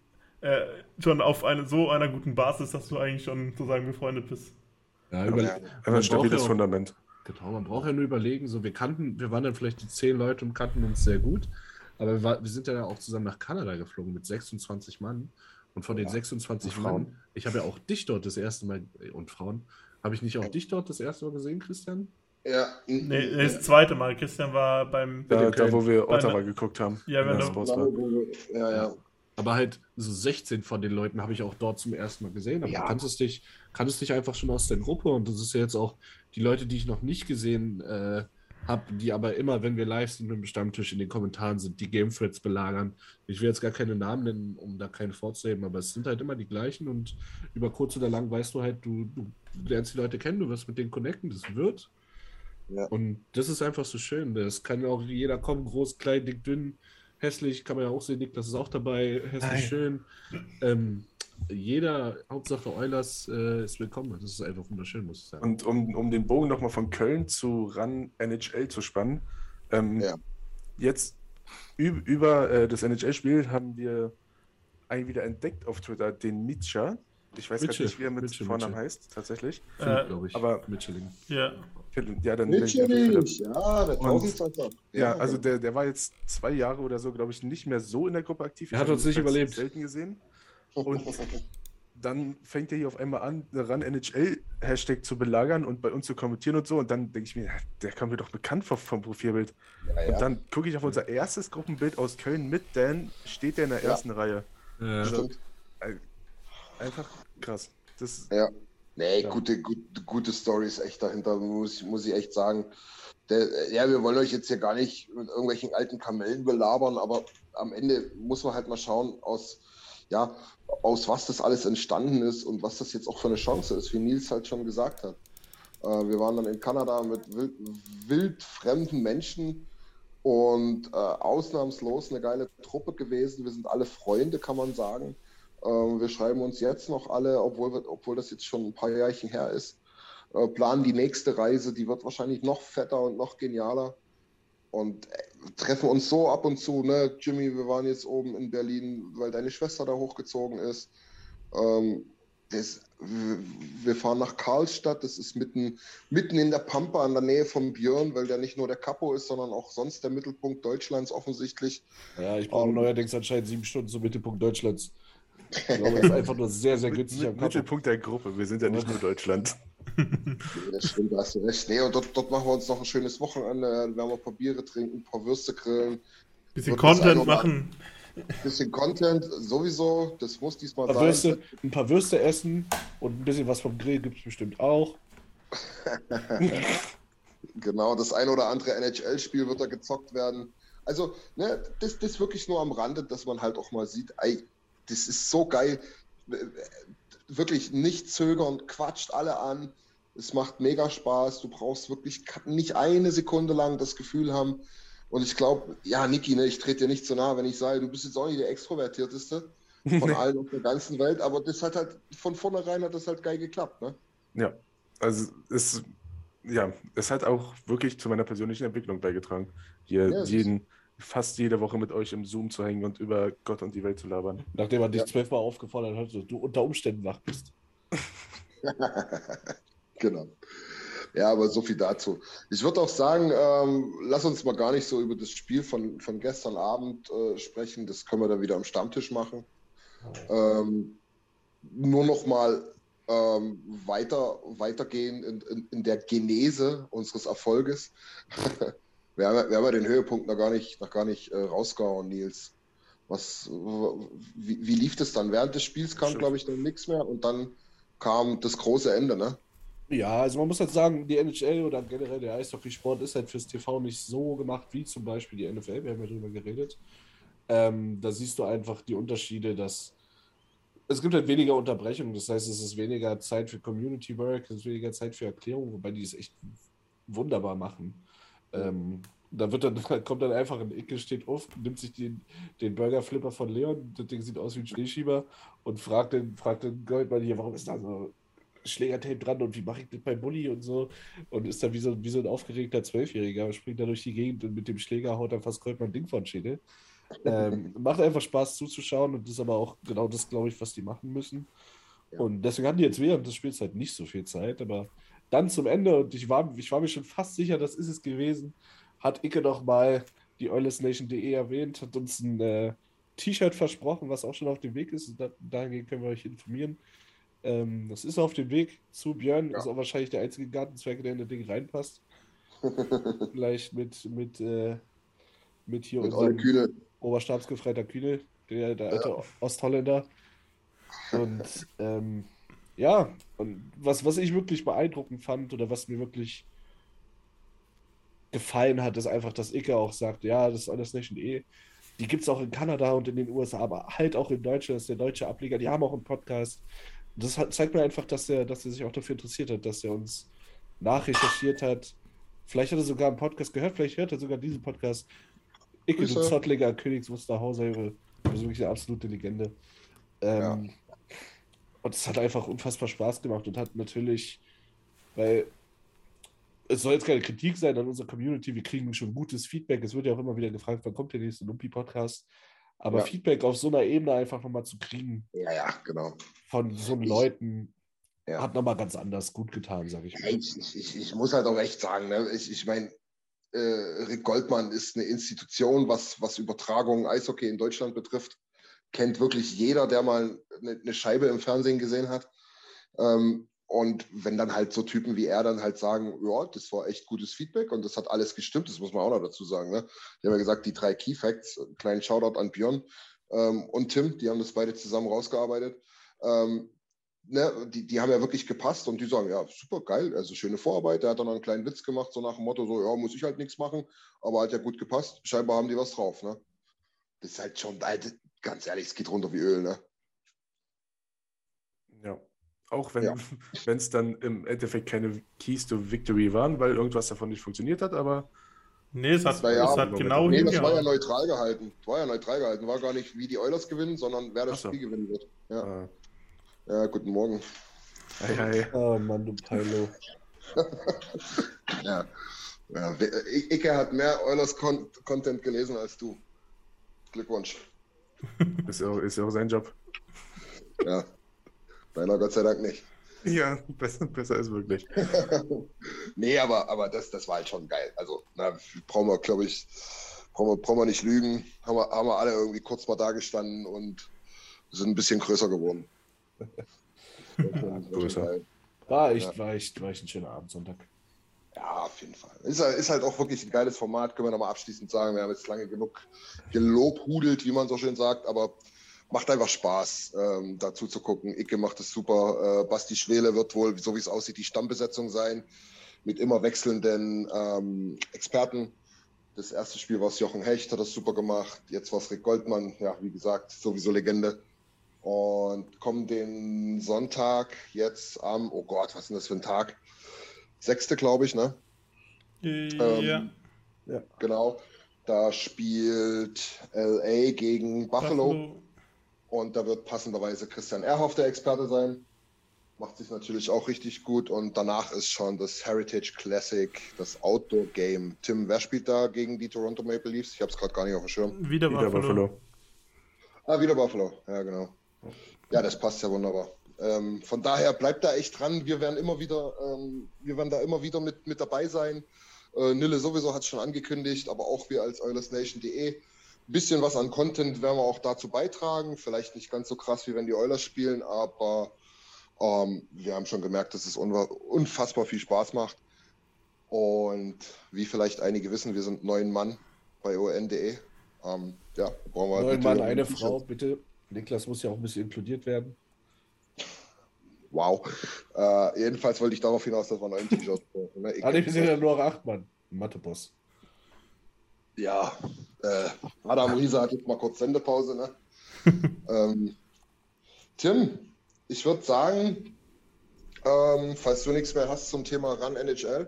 auf einer guten Basis, dass du eigentlich schon sozusagen befreundet bist. Ja, einfach ein stabiles Fundament. Genau, man braucht ja nur überlegen, so wir waren dann vielleicht die 10 Leute und kannten uns sehr gut, aber wir sind ja auch zusammen nach Kanada geflogen mit 26 Mann und von den 26 Mann, ich habe ja auch dich dort das erste Mal, und Frauen, habe ich nicht auch dich dort das erste Mal gesehen, Christian? Ja. Nee, das zweite Mal. Christian war beim... Da wo wir Ottawa geguckt haben. Ja, ja. Aber halt so 16 von den Leuten habe ich auch dort zum ersten Mal gesehen. Aber du kanntest dich einfach schon aus der Gruppe. Und das ist ja jetzt auch die Leute, die ich noch nicht gesehen habe, die aber immer, wenn wir live sind im Stammtisch in den Kommentaren sind, die Game Threads belagern. Ich will jetzt gar keine Namen nennen, um da keine vorzuheben, aber es sind halt immer die gleichen. Und über kurz oder lang weißt du halt, du lernst die Leute kennen, du wirst mit denen connecten, das wird. Ja. Und das ist einfach so schön. Das kann ja auch jeder kommen, groß, klein, dick, dünn. Hässlich, kann man ja auch sehen, Niklas ist auch dabei, hässlich, schön. Jeder, Hauptsache Oilers, ist willkommen. Das ist einfach wunderschön, muss ich sagen. Und um den Bogen nochmal von Köln zu RAN NHL zu spannen, jetzt über das NHL-Spiel haben wir einen wieder entdeckt auf Twitter, den Mitscha. Ich weiß gar nicht, wie er mit Vornamen heißt, tatsächlich. Glaube ich. Aber Mitchelling. Ja, dann Mitchelling, ja, der Tausendzeiter. Ja, also der war jetzt 2 Jahre oder so, glaube ich, nicht mehr so in der Gruppe aktiv. Er hat uns nicht überlebt. Selten gesehen. Und dann fängt er hier auf einmal an, RAN NHL-Hashtag zu belagern und bei uns zu kommentieren und so. Und dann denke ich mir, der kam mir doch bekannt vom Profilbild. Ja. Und dann gucke ich auf unser erstes Gruppenbild aus Köln mit Dan, steht der in der ersten Reihe. Ja. Also, einfach krass. Gute Storys echt dahinter, muss ich echt sagen. Wir wollen euch jetzt hier gar nicht mit irgendwelchen alten Kamellen belabern, aber am Ende muss man halt mal schauen, aus was das alles entstanden ist und was das jetzt auch für eine Chance ist, wie Nils halt schon gesagt hat. Wir waren dann in Kanada mit wildfremden Menschen und ausnahmslos eine geile Truppe gewesen. Wir sind alle Freunde, kann man sagen. Wir schreiben uns jetzt noch alle, obwohl das jetzt schon ein paar Jährchen her ist, planen die nächste Reise, die wird wahrscheinlich noch fetter und noch genialer. Und treffen uns so ab und zu, ne? Jimmy, wir waren jetzt oben in Berlin, weil deine Schwester da hochgezogen ist. Wir fahren nach Karlstadt, das ist mitten in der Pampa, in der Nähe von Björn, weil der nicht nur der Capo ist, sondern auch sonst der Mittelpunkt Deutschlands offensichtlich. Ja, ich brauche neuerdings anscheinend 7 Stunden zum Mittelpunkt Deutschlands. Ich glaube, das ist einfach nur sehr, sehr günstig am Capo. Mittelpunkt der Gruppe, wir sind ja nicht nur Deutschland. Das stimmt, da hast du recht. Nee, und dort machen wir uns noch ein schönes Wochenende, werden wir ein paar Biere trinken, ein paar Würste grillen. Bisschen Content machen. Ein bisschen Content, sowieso, das muss diesmal sein. Ein paar Würste essen und ein bisschen was vom Grill gibt es bestimmt auch. Genau, das ein oder andere NHL-Spiel wird da gezockt werden. Also, ne, das wirklich nur am Rande, dass man halt auch mal sieht, ey, das ist so geil. Wirklich nicht zögern, quatscht alle an. Es macht mega Spaß. Du brauchst wirklich nicht eine Sekunde lang das Gefühl haben. Und ich glaube, ja, Niki, ne, ich trete dir nicht so nahe, wenn ich sage, du bist jetzt auch nicht der Extrovertierteste von allen auf der ganzen Welt, aber das hat halt von vornherein hat das halt geil geklappt, ne? Ja, also es hat auch wirklich zu meiner persönlichen Entwicklung beigetragen, hier fast jede Woche mit euch im Zoom zu hängen und über Gott und die Welt zu labern. Nachdem er dich 12-mal aufgefordert hat, dass du unter Umständen wach bist. Genau. Ja, aber so viel dazu. Ich würde auch sagen, lass uns mal gar nicht so über das Spiel von gestern Abend sprechen. Das können wir dann wieder am Stammtisch machen. Nur noch mal weitergehen in der Genese unseres Erfolges. Wir haben ja den Höhepunkt noch gar nicht rausgehauen, Nils. Wie lief das dann? Während des Spiels kam, glaube ich, dann nichts mehr und dann kam das große Ende, ne? Ja, also man muss halt sagen, die NHL oder generell der Eishockeysport ist halt fürs TV nicht so gemacht wie zum Beispiel die NFL, wir haben ja drüber geredet. Da siehst du einfach die Unterschiede, dass es gibt halt weniger Unterbrechungen, das heißt, es ist weniger Zeit für Community Work, es ist weniger Zeit für Erklärung, wobei die es echt wunderbar machen. Da kommt dann einfach ein Icke, steht auf, nimmt sich den Burger-Flipper von Leon, das Ding sieht aus wie ein Schneeschieber und fragt den Goldmann hier, warum ist da so Schlägertape dran und wie mache ich das bei Bulli und so und ist dann wie so ein aufgeregter 12-Jähriger, springt da durch die Gegend und mit dem Schläger haut dann fast Goldmann Ding von Schädel. Macht einfach Spaß zuzuschauen und das ist aber auch genau das, glaube ich, was die machen müssen. Ja. Und deswegen hatten die jetzt während des Spiels halt nicht so viel Zeit, aber dann zum Ende, und ich war mir schon fast sicher, das ist es gewesen, hat Icke noch mal die OilersNation.de erwähnt, hat uns ein T-Shirt versprochen, was auch schon auf dem Weg ist. Dahingehend können wir euch informieren. Das ist auf dem Weg zu Björn. Ja. Ist auch wahrscheinlich der einzige Gartenzwerg, der in das Ding reinpasst. Vielleicht mit hier mit unserem Oberstabsgefreiter Kühne, der alte Ostholländer. Und und was ich wirklich beeindruckend fand oder was mir wirklich gefallen hat, ist einfach, dass Icke auch sagt, ja, das ist OilersNation.de. Die gibt es auch in Kanada und in den USA, aber halt auch in Deutschland, das ist der deutsche Ableger, die haben auch einen Podcast. Das zeigt mir einfach, dass er sich auch dafür interessiert hat, dass er uns nachrecherchiert hat. Vielleicht hat er sogar einen Podcast gehört, vielleicht hört er sogar diesen Podcast. Icke, du Zottlinger, Königs Wusterhauser, du bist wirklich eine absolute Legende. Und es hat einfach unfassbar Spaß gemacht und hat natürlich, weil es soll jetzt keine Kritik sein an unserer Community, wir kriegen schon gutes Feedback. Es wird ja auch immer wieder gefragt, wann kommt der nächste Lumpi-Podcast? Aber Feedback auf so einer Ebene einfach nochmal zu kriegen. Ja, genau. Von so Leuten hat nochmal ganz anders gut getan, sage ich mal. Ich muss halt auch echt sagen, ne? Ich meine, Rick Goldmann ist eine Institution, was Übertragung Eishockey in Deutschland betrifft. Kennt wirklich jeder, der mal eine Scheibe im Fernsehen gesehen hat. Und wenn dann halt so Typen wie er dann halt sagen, ja, das war echt gutes Feedback und das hat alles gestimmt, das muss man auch noch dazu sagen. Ne? Die haben ja gesagt, die 3 Key Facts, kleinen Shoutout an Björn und Tim, die haben das beide zusammen rausgearbeitet. Die haben ja wirklich gepasst und die sagen, ja, super geil, also schöne Vorarbeit. Der hat dann einen kleinen Witz gemacht, so nach dem Motto, so, ja, muss ich halt nichts machen, aber hat ja gut gepasst. Scheinbar haben die was drauf. Ne? Das ist halt schon, ganz ehrlich, es geht runter wie Öl. Ne? Ja. Auch wenn es dann im Endeffekt keine Keys to Victory waren, weil irgendwas davon nicht funktioniert hat, aber... Nee, es hat genau hingehauen. Das war ja neutral gehalten. War gar nicht, wie die Oilers gewinnen, sondern wer das Spiel gewinnen wird. Ja. Ja, guten Morgen. Hi. Oh Mann, du Peilo. Ja. Ja, Icke hat mehr Oilers-Content gelesen als du. Glückwunsch. Ist ja auch sein Job. Ja, deiner Gott sei Dank nicht. Ja, besser ist wirklich. Nee, aber das war halt schon geil. Also, brauchen wir, glaube ich, brauchen wir nicht lügen. Haben wir alle irgendwie kurz mal da gestanden und sind ein bisschen größer geworden. Größer. War echt ein schöner Abend Sonntag. Ja, auf jeden Fall. Ist halt auch wirklich ein geiles Format, können wir nochmal abschließend sagen. Wir haben jetzt lange genug gelobhudelt, wie man so schön sagt, aber macht einfach Spaß, dazu zu gucken. Icke macht es super. Basti Schwele wird wohl, so wie es aussieht, die Stammbesetzung sein, mit immer wechselnden Experten. Das erste Spiel war es Jochen Hecht, hat das super gemacht. Jetzt war es Rick Goldmann, ja, wie gesagt, sowieso Legende. Und kommen den Sonntag jetzt am, oh Gott, was ist denn das für ein Tag? 6. glaube ich, ne? Ja. Genau. Da spielt LA gegen Buffalo. Und da wird passenderweise Christian Ehrhoff der Experte sein. Macht sich natürlich auch richtig gut. Und danach ist schon das Heritage Classic, das Outdoor-Game. Tim, wer spielt da gegen die Toronto Maple Leafs? Ich habe es gerade gar nicht auf dem Schirm. Wieder Buffalo. Wieder Buffalo. Ja, genau. Ja, das passt ja wunderbar. Von daher bleibt da echt dran. Wir werden da immer wieder mit dabei sein. Nille sowieso hat es schon angekündigt, aber auch wir als OilersNation.de. Ein bisschen was an Content werden wir auch dazu beitragen. Vielleicht nicht ganz so krass, wie wenn die Oilers spielen, aber wir haben schon gemerkt, dass es unfassbar viel Spaß macht. Und wie vielleicht einige wissen, wir sind 9 Mann bei on.de. Brauchen wir 9 Mann, eine Frau, bitte. Niklas muss ja auch ein bisschen inkludiert werden. Wow. Jedenfalls wollte ich darauf hinaus, dass wir 9 T-Shirts brauchen. Ne? Wir sind ja nur 8 Mann. Matheboss. Ja, Adam Riese hat jetzt mal kurz Sendepause. Ne? Tim, ich würde sagen, falls du nichts mehr hast zum Thema Run NHL,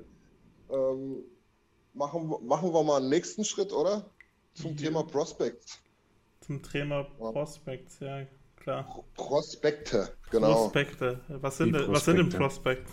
machen wir mal einen nächsten Schritt, oder? Zum Thema Prospects. Zum Thema Prospects, ja, klar. Prospekte, genau. Prospekte. Was sind denn Prospects?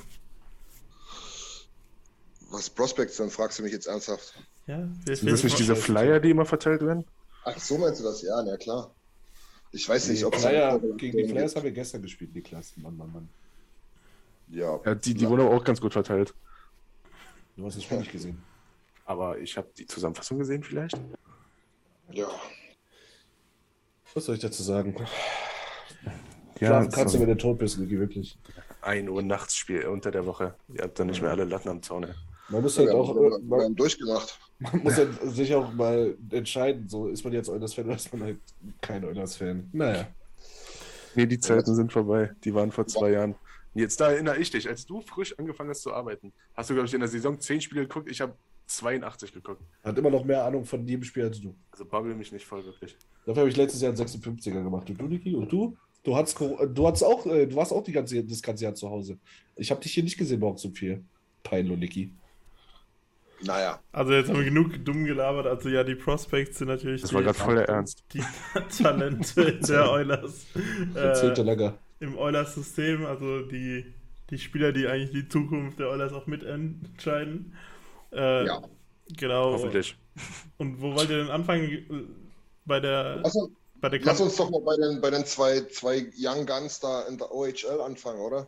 Was Prospects, dann fragst du mich jetzt ernsthaft. Ja, sind das nicht diese Flyer, die immer verteilt werden? Ach, so meinst du das? Ja, na klar. Ich weiß nicht, ob gegen die Flyers haben wir gestern gespielt, Niklas. Mann. Ja, die wurden aber auch ganz gut verteilt. Du hast das Spiel nicht gesehen. Aber ich habe die Zusammenfassung gesehen vielleicht. Ja. Was soll ich dazu sagen? Ja, kannst du, wenn du tot bist, Niki, wirklich. 1 Uhr nachts Spiel unter der Woche. Ihr habt dann nicht mehr alle Latten am Zaun. Man muss halt wir haben durchgemacht. Man muss halt sich auch mal entscheiden, so ist man jetzt Oilers-Fan oder ist man halt kein Oilers-Fan. Naja. Nee, die Zeiten sind vorbei. Die waren vor 2 Jahren. Jetzt da erinnere ich dich, als du frisch angefangen hast zu arbeiten, hast du, glaube ich, in der Saison 10 Spiele geguckt. Ich habe 82 geguckt. Hat immer noch mehr Ahnung von jedem Spiel als du. Also babbel mich nicht voll, wirklich. Dafür habe ich letztes Jahr einen 56er gemacht. Und du, Niki? Und du? Du warst auch das ganze Jahr zu Hause. Ich habe dich hier nicht gesehen morgens um 4. Peinlo, Niki. Naja. Also jetzt haben wir genug dumm gelabert. Also ja, die Prospects sind natürlich das war gerade voll der Ernst. Die Talente der Oilers. Im Oilers-System, also die Spieler, die eigentlich die Zukunft der Oilers auch mitentscheiden. Ja. Genau. Hoffentlich. Und wo wollt ihr denn anfangen? Lass uns doch mal bei den zwei Young Guns da in der OHL anfangen, oder?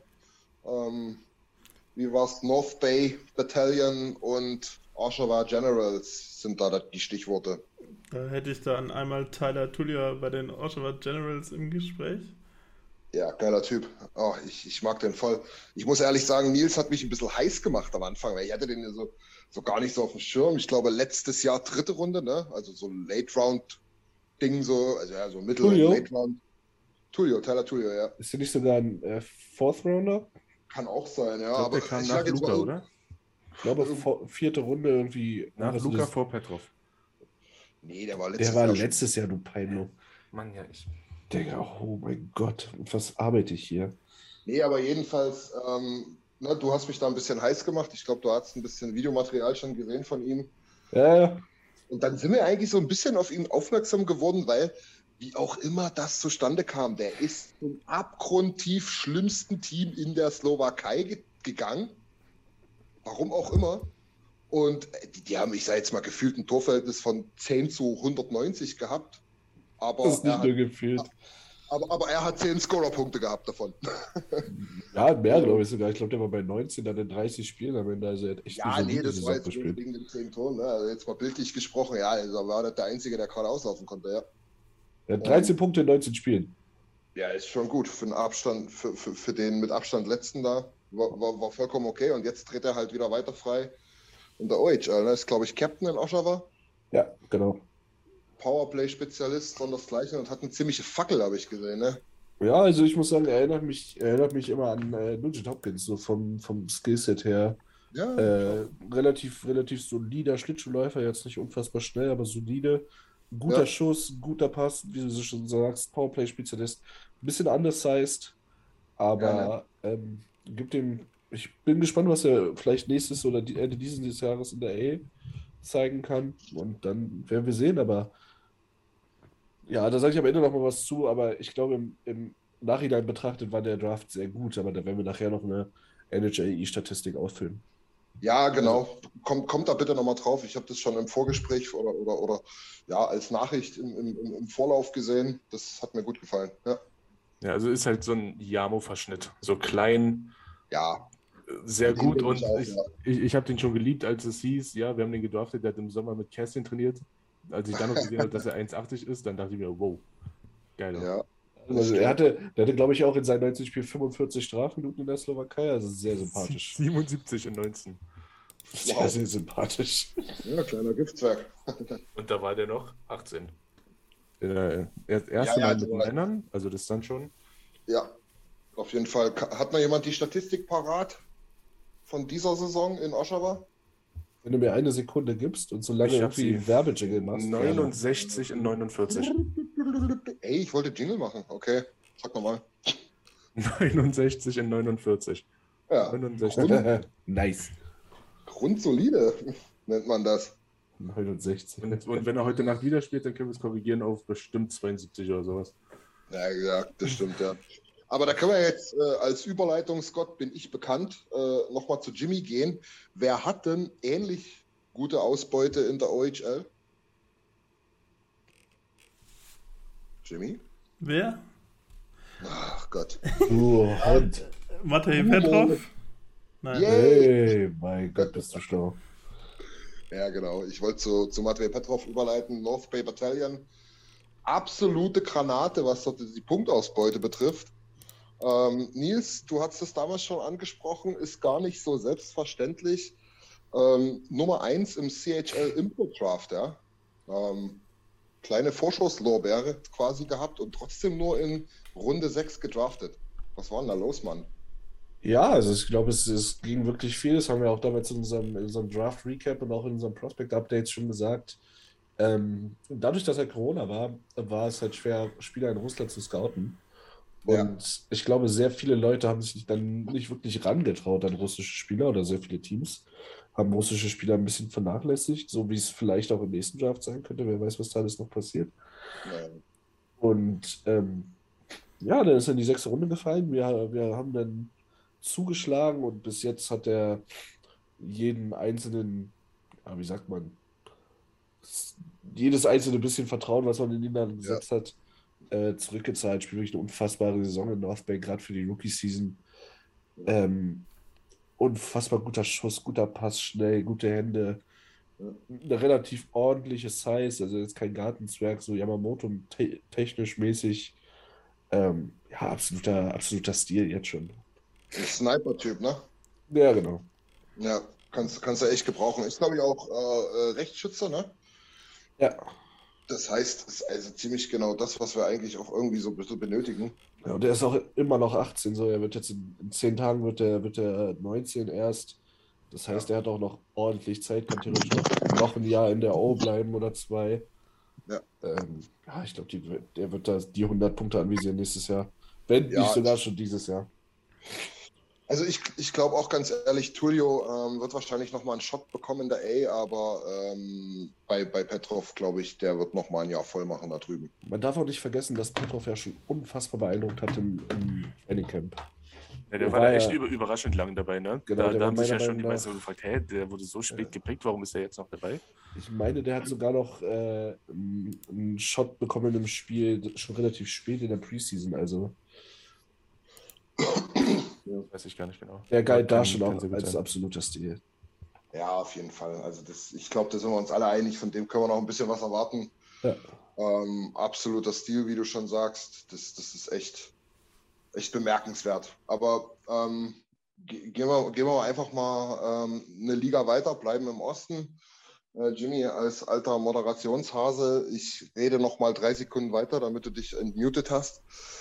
Wie war's? North Bay Battalion und Oshawa Generals sind da die Stichworte. Da hätte ich dann einmal Tyler Tullio bei den Oshawa Generals im Gespräch. Ja, geiler Typ. Oh, ich mag den voll. Ich muss ehrlich sagen, Nils hat mich ein bisschen heiß gemacht am Anfang, weil ich hatte den so gar nicht so auf dem Schirm. Ich glaube, letztes Jahr 3. Runde, ne? Also so ein Late-Round-Ding, so Mittel- und Late-Round. Tyler Tullio, ja. Ist der nicht sogar ein Fourth-Rounder? Kann auch sein, ja. Ich glaub, der kam nach Luka, oder? Ich glaube, 4. Runde irgendwie. Nach Luka vor Petrov. Nee, der war letztes Jahr, du Peinlo. Mann, ja, ich. Digga, oh mein Gott, was arbeite ich hier? Nee, aber jedenfalls, du hast mich da ein bisschen heiß gemacht. Ich glaube, du hast ein bisschen Videomaterial schon gesehen von ihm. Ja. Und dann sind wir eigentlich so ein bisschen auf ihn aufmerksam geworden, weil, wie auch immer das zustande kam, der ist zum abgrundtief schlimmsten Team in der Slowakei gegangen. Warum auch immer. Und die haben, ich sage jetzt mal, gefühlt ein Torverhältnis von 10:190 gehabt. Aber Das ist nicht nur gefühlt. Aber er hat 10 Scorer-Punkte gehabt davon. Ja, mehr glaube ich sogar. Ich glaube, der war bei 19 dann in 30 Spielen am Ende. Also er hat echt Ja, eine nee, solide das Saison war jetzt gespielt. wegen den 10 Toren. Ne? Also jetzt mal bildlich gesprochen, ja, also war das der Einzige, der gerade auslaufen konnte, ja. Er hat 13 Punkte in 19 Spielen. Ja, ist schon gut für den Abstand, für den mit Abstand letzten da. War vollkommen okay. Und jetzt tritt er halt wieder weiter frei in der OHL. Ne? Ist, glaube ich, Captain in Oshawa. Ja, genau. Powerplay-Spezialist, sondersgleichen und hat eine ziemliche Fackel, habe ich gesehen, ne? Ja, also ich muss sagen, er erinnert mich immer an Nugent Hopkins, so vom Skillset her. Ja, Relativ solider Schlittschuhläufer, jetzt nicht unfassbar schnell, aber solide. Guter Schuss, guter Pass, wie du schon sagst, Powerplay-Spezialist. Ein bisschen undersized, aber ich bin gespannt, was er vielleicht nächstes oder Ende dieses Jahres in der A zeigen kann. Und dann werden wir sehen, aber ja, da sage ich am Ende noch mal was zu, aber ich glaube, im Nachhinein betrachtet war der Draft sehr gut, aber da werden wir nachher noch eine NHLE-Statistik ausfüllen. Ja, genau. Kommt da bitte nochmal drauf. Ich habe das schon im Vorgespräch oder ja, als Nachricht im Vorlauf gesehen. Das hat mir gut gefallen. Ja, Ja, also ist halt so ein Jamo-Verschnitt. So klein, ja. sehr Den gut. bin Und ich auch, ich habe den schon geliebt, als es hieß, ja, wir haben den gedraftet, der hat im Sommer mit Kerstin trainiert. Als ich dann noch gesehen habe, dass er 1,80 ist, dann dachte ich mir, wow, geil. Ja. Also der hatte, glaube ich, auch in seinen 19 Spielen 45 Strafminuten in der Slowakei, also sehr sympathisch. 77 in 19. Sehr, Wow. sehr sympathisch. Ja, kleiner Giftzwerg. Und da war der noch 18. Das erste Ja, Mal ja, mit Männern, also das dann schon. Ja, auf jeden Fall. Hat noch jemand die Statistik parat von dieser Saison in Oshawa? Wenn du mir eine Sekunde gibst und so lange Ich hab irgendwie sie. Werbejingle machst. 69 in 49. Ey, ich wollte Jingle machen. Okay, sag nochmal. 69 in 49. Ja, 69. Nice. grundsolide nennt man das. 69. Und wenn er heute Nacht wieder spielt, dann können wir es korrigieren auf bestimmt 72 oder sowas. Ja, das stimmt, ja. Aber da können wir jetzt als Überleitung, Scott, bin ich bekannt, nochmal zu Jimmy gehen. Wer hat denn ähnlich gute Ausbeute in der OHL? Jimmy? Wer? Ach Gott. Du Hund. Matej Petrov? Nein. Yeah. Hey, mein Gott, bist du schlau. Ja, genau. Ich wollte zu Matvei Petrov überleiten. North Bay Battalion. Absolute Granate, was dort die Punktausbeute betrifft. Nils, du hast es damals schon angesprochen, ist gar nicht so selbstverständlich. Nummer 1 im CHL Import Draft, ja. Kleine Vorschusslorbeere quasi gehabt und trotzdem nur in Runde 6 gedraftet. Was war denn da los, Mann? Ja, also ich glaube, es ging wirklich viel. Das haben wir auch damals in unserem Draft-Recap und auch in unserem Prospect-Updates schon gesagt. Dadurch, dass er Corona war es halt schwer, Spieler in Russland zu scouten. Und ich glaube, sehr viele Leute haben sich dann nicht wirklich rangetraut an russische Spieler oder sehr viele Teams haben russische Spieler ein bisschen vernachlässigt, so wie es vielleicht auch im nächsten Draft sein könnte. Wer weiß, was da alles noch passiert. Ja. Und ja, dann ist er in die 6. Runde gefallen. Wir haben dann zugeschlagen und bis jetzt hat er jeden einzelnen, ja, wie sagt man, jedes einzelne bisschen Vertrauen, was man in ihn dann gesetzt hat, zurückgezahlt. Spielt wirklich eine unfassbare Saison in North Bay, gerade für die Rookie-Season. Unfassbar guter Schuss, guter Pass, schnell, gute Hände. Eine relativ ordentliche Size, also jetzt kein Gartenzwerg, so Yamamoto technisch mäßig. Ja, absoluter Stil jetzt schon. Ein Sniper-Typ, ne? Ja, genau. Ja, kannst du echt gebrauchen. Ist, glaube ich, auch Rechtsschützer, ne? Ja. Das heißt, es ist also ziemlich genau das, was wir eigentlich auch irgendwie so ein bisschen benötigen. Ja, und der ist auch immer noch 18, so er wird jetzt in 10 Tagen wird er 19 erst. Das heißt, er hat auch noch ordentlich Zeit, kann theoretisch noch ein Jahr in der O bleiben oder 2. Ja. Ja, ich glaube, der wird da die 100 Punkte anvisieren nächstes Jahr. Wenn nicht sogar schon dieses Jahr. Also ich glaube auch ganz ehrlich, Tullio wird wahrscheinlich nochmal einen Shot bekommen in der A, aber bei Petrov, glaube ich, der wird nochmal ein Jahr voll machen da drüben. Man darf auch nicht vergessen, dass Petrov ja schon unfassbar beeindruckt hat im Training Camp. Ja, der war da echt überraschend lang dabei, ne? Genau, da haben sich ja schon die Meinung meisten gefragt, der wurde so spät gepickt, warum ist er jetzt noch dabei? Ich meine, der hat sogar noch einen Shot bekommen im Spiel, schon relativ spät in der Preseason. Also Weiß ich gar nicht genau. der galt da schon kann auch sehr gut als sein. absoluter Stil. Ja, auf jeden Fall. Also ich glaube, da sind wir uns alle einig, von dem können wir noch ein bisschen was erwarten. Ja. Absoluter Stil, wie du schon sagst. Das ist echt bemerkenswert. Aber gehen wir einfach mal eine Liga weiter, bleiben im Osten. Jimmy, als alter Moderationshase, ich rede noch mal 3 Sekunden weiter, damit du dich entmutet hast.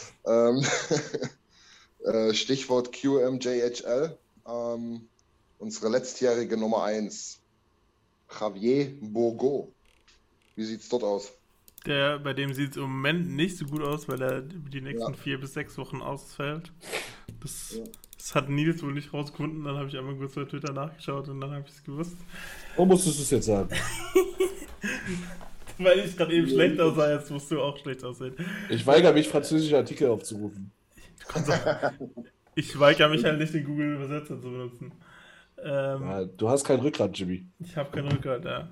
Stichwort QMJHL. Unsere letztjährige Nummer 1, Javier Bourgault. Wie sieht es dort aus? Bei dem sieht es im Moment nicht so gut aus, weil er die nächsten 4 bis 6 Wochen ausfällt. Das hat Nils wohl nicht rausgefunden. Dann habe ich einmal kurz bei Twitter nachgeschaut und dann habe ich es gewusst. Warum musstest du es jetzt sagen? Weil ich gerade eben schlecht aussah, jetzt musst du auch schlecht aussehen. Ich weigere mich, französische Artikel aufzurufen. Ich weigere mich halt nicht, den Google-Übersetzer zu benutzen. Du hast kein Rückgrat, Jimmy. Ich habe kein Rückgrat, ja.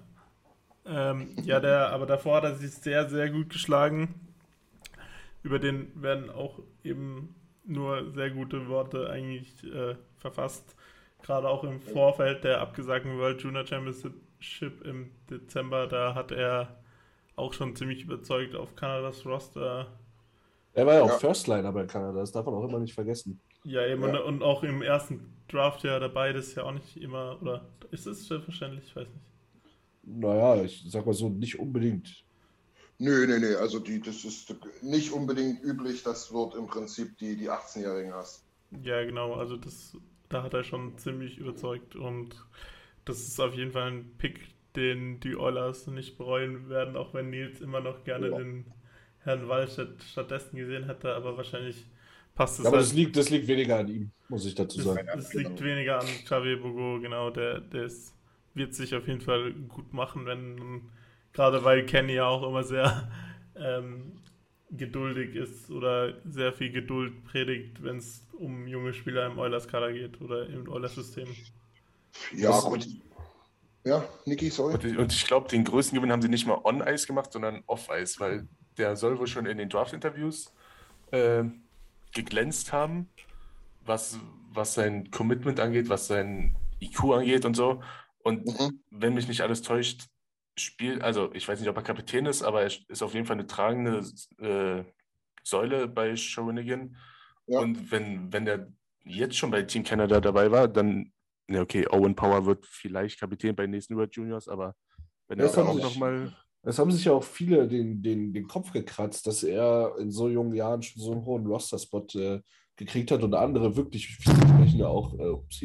Aber davor hat er sich sehr, sehr gut geschlagen. Über den werden auch eben nur sehr gute Worte eigentlich verfasst. Gerade auch im Vorfeld der abgesagten World Junior Championship im Dezember, da hat er auch schon ziemlich überzeugt auf Kanadas Roster. Er war ja auch Firstliner bei Kanada, das darf man auch immer nicht vergessen. Ja, eben, und auch im ersten Draft ja dabei, das ist ja auch nicht immer, oder ist es selbstverständlich? Ich weiß nicht. Naja, ich sag mal so, nicht unbedingt. Nee. Also das ist nicht unbedingt üblich, dass du dort im Prinzip die 18-Jährigen hast. Ja, genau, also da hat er schon ziemlich überzeugt und das ist auf jeden Fall ein Pick, den die Oilers nicht bereuen werden, auch wenn Nils immer noch gerne den Herrn Wallstedt stattdessen gesehen hätte, aber wahrscheinlich passt es. Aber das liegt weniger an ihm, muss ich dazu sagen. Das liegt weniger an Javier Bourgault, genau, der wird sich auf jeden Fall gut machen, gerade weil Kenny ja auch immer sehr geduldig ist oder sehr viel Geduld predigt, wenn es um junge Spieler im Oilers-Kader geht oder im Oilers-System. Ja, gut. Ja, Niki, sorry. Und ich glaube, den größten Gewinn haben sie nicht mal on-Ice gemacht, sondern off-Ice, weil der soll wohl schon in den Draft-Interviews geglänzt haben, was sein Commitment angeht, was sein IQ angeht und so. Und wenn mich nicht alles täuscht, also ich weiß nicht, ob er Kapitän ist, aber er ist auf jeden Fall eine tragende Säule bei Shawinigan. Ja. Und wenn der jetzt schon bei Team Canada dabei war, dann, okay, Owen Power wird vielleicht Kapitän bei den nächsten World Juniors, aber wenn er auch nochmal... Es haben sich ja auch viele den Kopf gekratzt, dass er in so jungen Jahren schon so einen hohen Roster-Spot gekriegt hat und andere wirklich vielversprechende auch,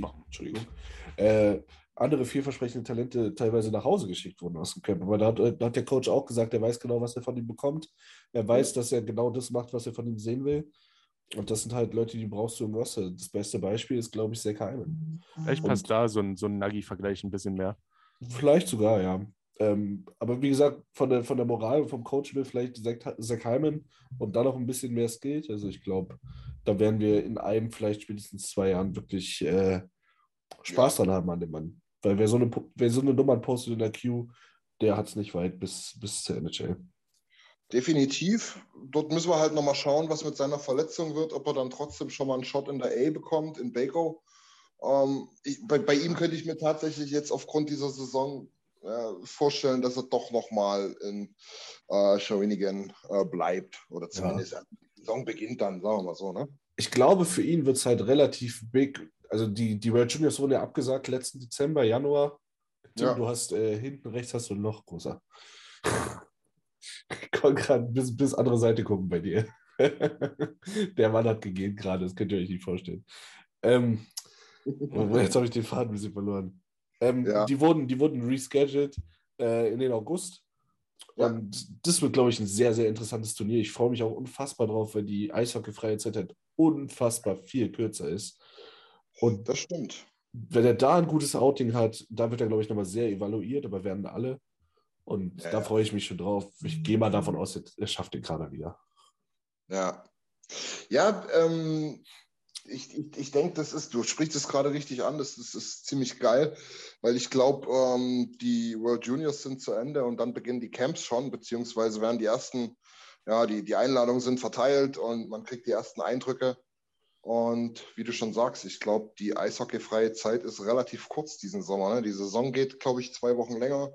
andere vielversprechende Talente teilweise nach Hause geschickt wurden aus dem Camp. Aber da hat der Coach auch gesagt, er weiß genau, was er von ihm bekommt. Er weiß, dass er genau das macht, was er von ihm sehen will. Und das sind halt Leute, die brauchst du im Roster. Das beste Beispiel ist, glaube ich, Zach Hyman. Vielleicht passt da so ein Nagy-Vergleich ein bisschen mehr. Vielleicht sogar, ja. Aber wie gesagt, von der Moral und vom Coach will vielleicht Zach Hyman und dann noch ein bisschen mehr Skills. Also ich glaube, da werden wir in vielleicht spätestens 2 Jahren wirklich Spaß dran haben an dem Mann. Weil wer so eine Nummer postet in der Queue, der hat es nicht weit bis zur NHL. Definitiv. Dort müssen wir halt nochmal schauen, was mit seiner Verletzung wird, ob er dann trotzdem schon mal einen Shot in der A bekommt, in Baco. Bei ihm könnte ich mir tatsächlich jetzt aufgrund dieser Saison vorstellen, dass er doch nochmal in Shawinigan bleibt. Oder zumindest die Saison beginnt dann, sagen wir mal so, ne? Ich glaube, für ihn wird es halt relativ big. Also die World Juniors wurden ja abgesagt letzten Dezember, Januar. Tim, du hast hinten rechts hast du ein Loch, großer. Ich konnte gerade bis andere Seite gucken bei dir. Der Mann hat gegeben gerade, das könnt ihr euch nicht vorstellen. Jetzt habe ich den Faden ein bisschen verloren. Die wurden rescheduled in den August. Ja. Und das wird, glaube ich, ein sehr, sehr interessantes Turnier. Ich freue mich auch unfassbar drauf, weil die eishockeyfreie Zeit halt unfassbar viel kürzer ist. Und das stimmt. Wenn er da ein gutes Outing hat, da wird er, glaube ich, nochmal sehr evaluiert, aber werden alle. Und da freue ich mich schon drauf. Ich gehe mal davon aus, er schafft den Kader wieder. Ja. Ja, Ich denke, du sprichst es gerade richtig an, das ist ziemlich geil, weil ich glaube, die World Juniors sind zu Ende und dann beginnen die Camps schon, beziehungsweise werden die ersten, die Einladungen sind verteilt und man kriegt die ersten Eindrücke. Und wie du schon sagst, ich glaube, die eishockeyfreie Zeit ist relativ kurz diesen Sommer. Ne? Die Saison geht, glaube ich, 2 Wochen länger,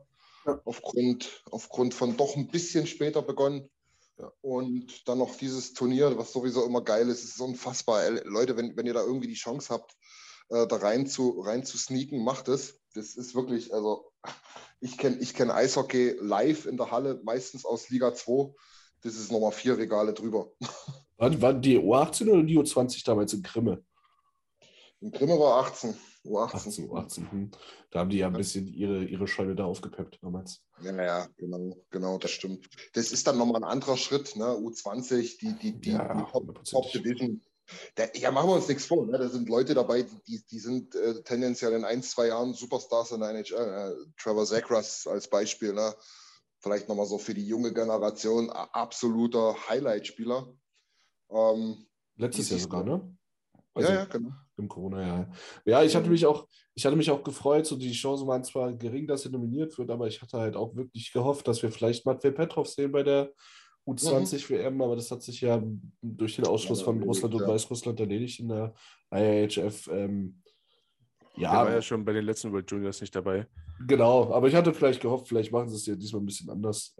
aufgrund von doch ein bisschen später begonnen. Ja. Und dann noch dieses Turnier, was sowieso immer geil ist, ist unfassbar. Leute, wenn ihr da irgendwie die Chance habt, da rein zu sneaken, macht es. Das ist wirklich, also ich kenn Eishockey live in der Halle, meistens aus Liga 2. Das ist nochmal 4 Regale drüber. Waren die U18 oder die U20 damals in Krimme? In Krimme war 18. U18. U18. Da haben die ja ein bisschen ihre Scheune da aufgepeppt damals. Ja, genau, das stimmt. Das ist dann nochmal ein anderer Schritt, ne? U20, die Top-Division. Machen wir uns nichts vor. Ne? Da sind Leute dabei, die sind tendenziell in 1-2 Jahren Superstars in der NHL. Trevor Zegras als Beispiel. Ne? Vielleicht nochmal so für die junge Generation absoluter Highlight-Spieler. Letztes Jahr sogar, ne? Also ja, genau. Im Corona-Jahr. Ja, ich hatte mich auch gefreut. So die Chancen waren zwar gering, dass er nominiert wird, aber ich hatte halt auch wirklich gehofft, dass wir vielleicht Matvei Petrov sehen bei der U20-WM, aber das hat sich ja durch den Ausschluss von Russland und Weißrussland erledigt in der IIHF. Der war ja schon bei den letzten World Juniors nicht dabei. Genau, aber ich hatte vielleicht gehofft, vielleicht machen sie es ja diesmal ein bisschen anders,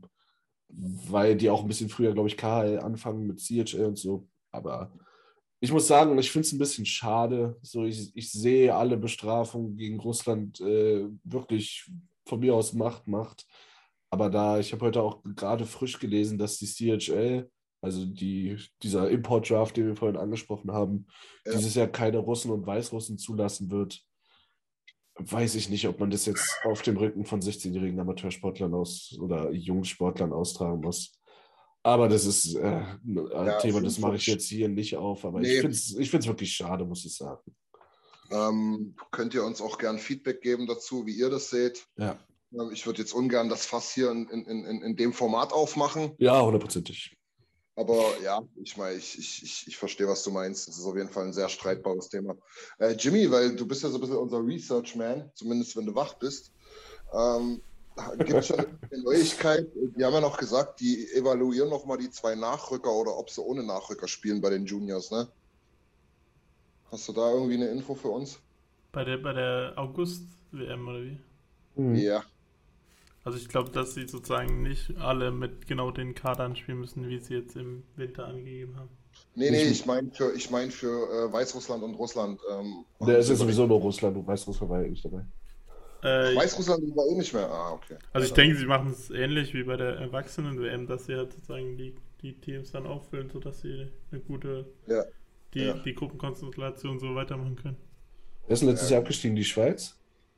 weil die auch ein bisschen früher, glaube ich, KHL anfangen mit CHL und so. Aber ich muss sagen, ich finde es ein bisschen schade. So, ich sehe alle Bestrafungen gegen Russland wirklich von mir aus Macht. Aber ich habe heute auch gerade frisch gelesen, dass die CHL, also dieser Import-Draft, den wir vorhin angesprochen haben, dieses Jahr keine Russen und Weißrussen zulassen wird. Weiß ich nicht, ob man das jetzt auf dem Rücken von 16-jährigen Amateursportlern oder Jungsportlern austragen muss. Aber das ist ein Thema, das mache ich jetzt hier nicht auf. Aber ich finde es wirklich schade, muss ich sagen. Könnt ihr uns auch gern Feedback geben dazu, wie ihr das seht? Ja. Ich würde jetzt ungern das Fass hier in dem Format aufmachen. Ja, 100%. Aber ja, ich meine, ich verstehe, was du meinst. Das ist auf jeden Fall ein sehr streitbares Thema. Jimmy, weil du bist ja so ein bisschen unser Research-Man, zumindest wenn du wach bist. Gibt es schon eine Neuigkeit? Die haben ja noch gesagt, die evaluieren nochmal die 2 Nachrücker oder ob sie ohne Nachrücker spielen bei den Juniors, ne? Hast du da irgendwie eine Info für uns? Bei der August-WM oder wie? Ja. Also ich glaube, dass sie sozusagen nicht alle mit genau den Kadern spielen müssen, wie sie jetzt im Winter angegeben haben. Nee, ich meine für Weißrussland und Russland. Der ist ja sowieso nur Russland und Weißrussland war ja nicht dabei. Weißrussland war eh nicht mehr. Okay. Also ich denke, sie machen es ähnlich wie bei der Erwachsenen-WM, dass sie halt sozusagen die Teams dann auffüllen, sodass sie eine gute die Gruppenkonstellation so weitermachen können. Wer ist denn letztes Jahr abgestiegen? Die Schweiz?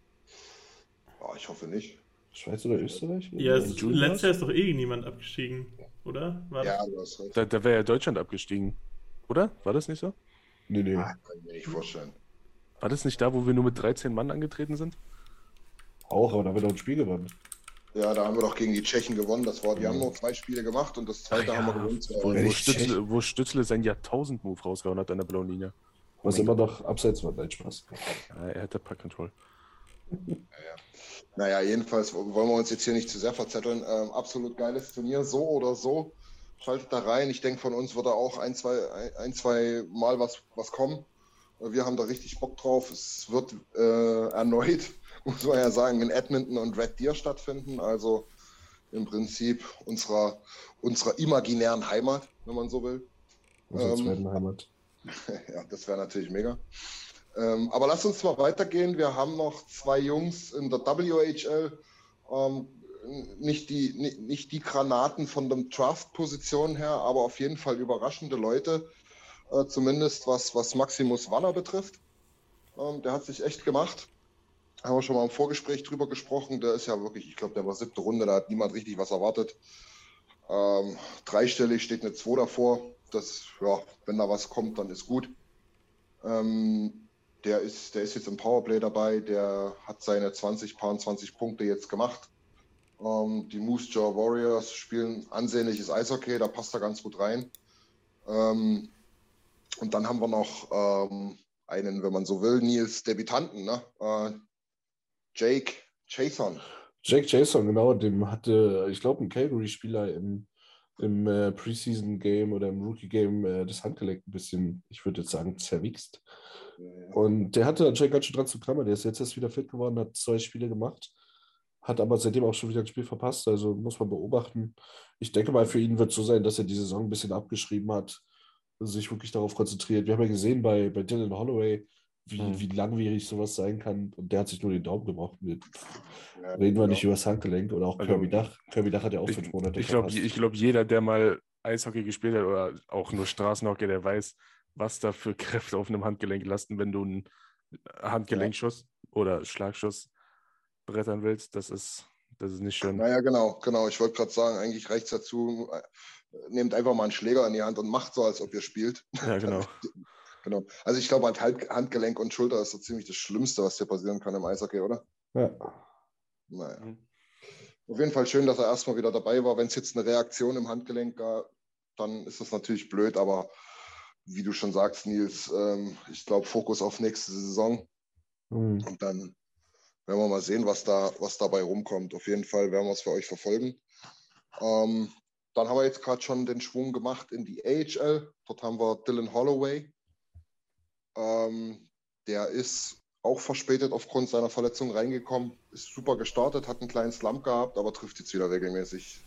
Ich hoffe nicht. Schweiz oder Österreich? Ja, letztes Jahr ist doch niemand abgestiegen, oder? Du hast recht. Da wäre ja Deutschland abgestiegen, oder? War das nicht so? Nee. Kann ich mir nicht vorstellen. War das nicht da, wo wir nur mit 13 Mann angetreten sind? Auch, aber da haben wir doch ein Spiel gewonnen. Ja, da haben wir doch gegen die Tschechen gewonnen. Die haben nur 2 Spiele gemacht und das zweite haben wir gewonnen. Wo Stützle sein Jahrtausend-Move rausgehauen hat an der blauen Linie. Was immer noch abseits war, nein, Spaß. Ja, er hatte Puck-Control. Naja, jedenfalls wollen wir uns jetzt hier nicht zu sehr verzetteln. Absolut geiles Turnier, so oder so. Schaltet da rein. Ich denke, von uns wird da auch ein, zwei Mal was kommen. Wir haben da richtig Bock drauf. Es wird erneut, muss man ja sagen, in Edmonton und Red Deer stattfinden. Also im Prinzip unserer imaginären Heimat, wenn man so will. Unserer zweiten Heimat. Ja, das wäre natürlich mega. Aber lass uns mal weitergehen. Wir haben noch 2 Jungs in der WHL. Nicht die Granaten von der Draft-Position her, aber auf jeden Fall überraschende Leute. Zumindest was Maximus Waller betrifft. Der hat sich echt gemacht. Haben wir schon mal im Vorgespräch drüber gesprochen. Der ist ja wirklich, ich glaube, der war 7. Runde, da hat niemand richtig was erwartet. 3-stellig, steht eine 2 davor. Wenn da was kommt, dann ist gut. Der ist jetzt im Powerplay dabei, der hat seine 20 Punkte jetzt gemacht. Die Moose Jaw Warriors spielen ansehnliches Eishockey, da passt er ganz gut rein. Und dann haben wir noch einen, wenn man so will, Nils Debütanten, ne? Jake Jason. Jake Jason, genau, dem hatte, ich glaube, ein Calgary-Spieler im Preseason-Game oder im Rookie-Game das Handgelenk ein bisschen, ich würde jetzt sagen, zerwichst. Und der hatte anscheinend ganz schön dran zu klammern. Der ist jetzt erst wieder fit geworden, hat 2 Spiele gemacht, hat aber seitdem auch schon wieder ein Spiel verpasst. Also muss man beobachten. Ich denke mal, für ihn wird es so sein, dass er die Saison ein bisschen abgeschrieben hat, sich wirklich darauf konzentriert. Wir haben ja gesehen bei Dylan Holloway, wie langwierig sowas sein kann. Und der hat sich nur den Daumen gebrochen. Reden wir nicht über das Handgelenk oder auch Kirby Dach. Kirby Dach hat ja auch 5 Monate verpasst. Ich glaube, jeder, der mal Eishockey gespielt hat oder auch nur Straßenhockey, der weiß, was da für Kräfte auf einem Handgelenk lasten, wenn du einen Handgelenkschuss oder Schlagschuss brettern willst. Das ist nicht schön. Naja, genau. Ich wollte gerade sagen, eigentlich reicht es dazu, nehmt einfach mal einen Schläger in die Hand und macht so, als ob ihr spielt. Ja, genau. Genau. Also ich glaube, Handgelenk und Schulter ist so ziemlich das Schlimmste, was dir passieren kann im Eishockey, oder? Ja. Naja. Auf jeden Fall schön, dass er erstmal wieder dabei war. Wenn es jetzt eine Reaktion im Handgelenk gab, dann ist das natürlich blöd, aber wie du schon sagst, Nils, ich glaube, Fokus auf nächste Saison. Und dann werden wir mal sehen, was dabei rumkommt. Auf jeden Fall werden wir es für euch verfolgen. Dann haben wir jetzt gerade schon den Schwung gemacht in die AHL. Dort haben wir Dylan Holloway. Der ist auch verspätet aufgrund seiner Verletzung reingekommen. Ist super gestartet, hat einen kleinen Slump gehabt, aber trifft jetzt wieder regelmäßig.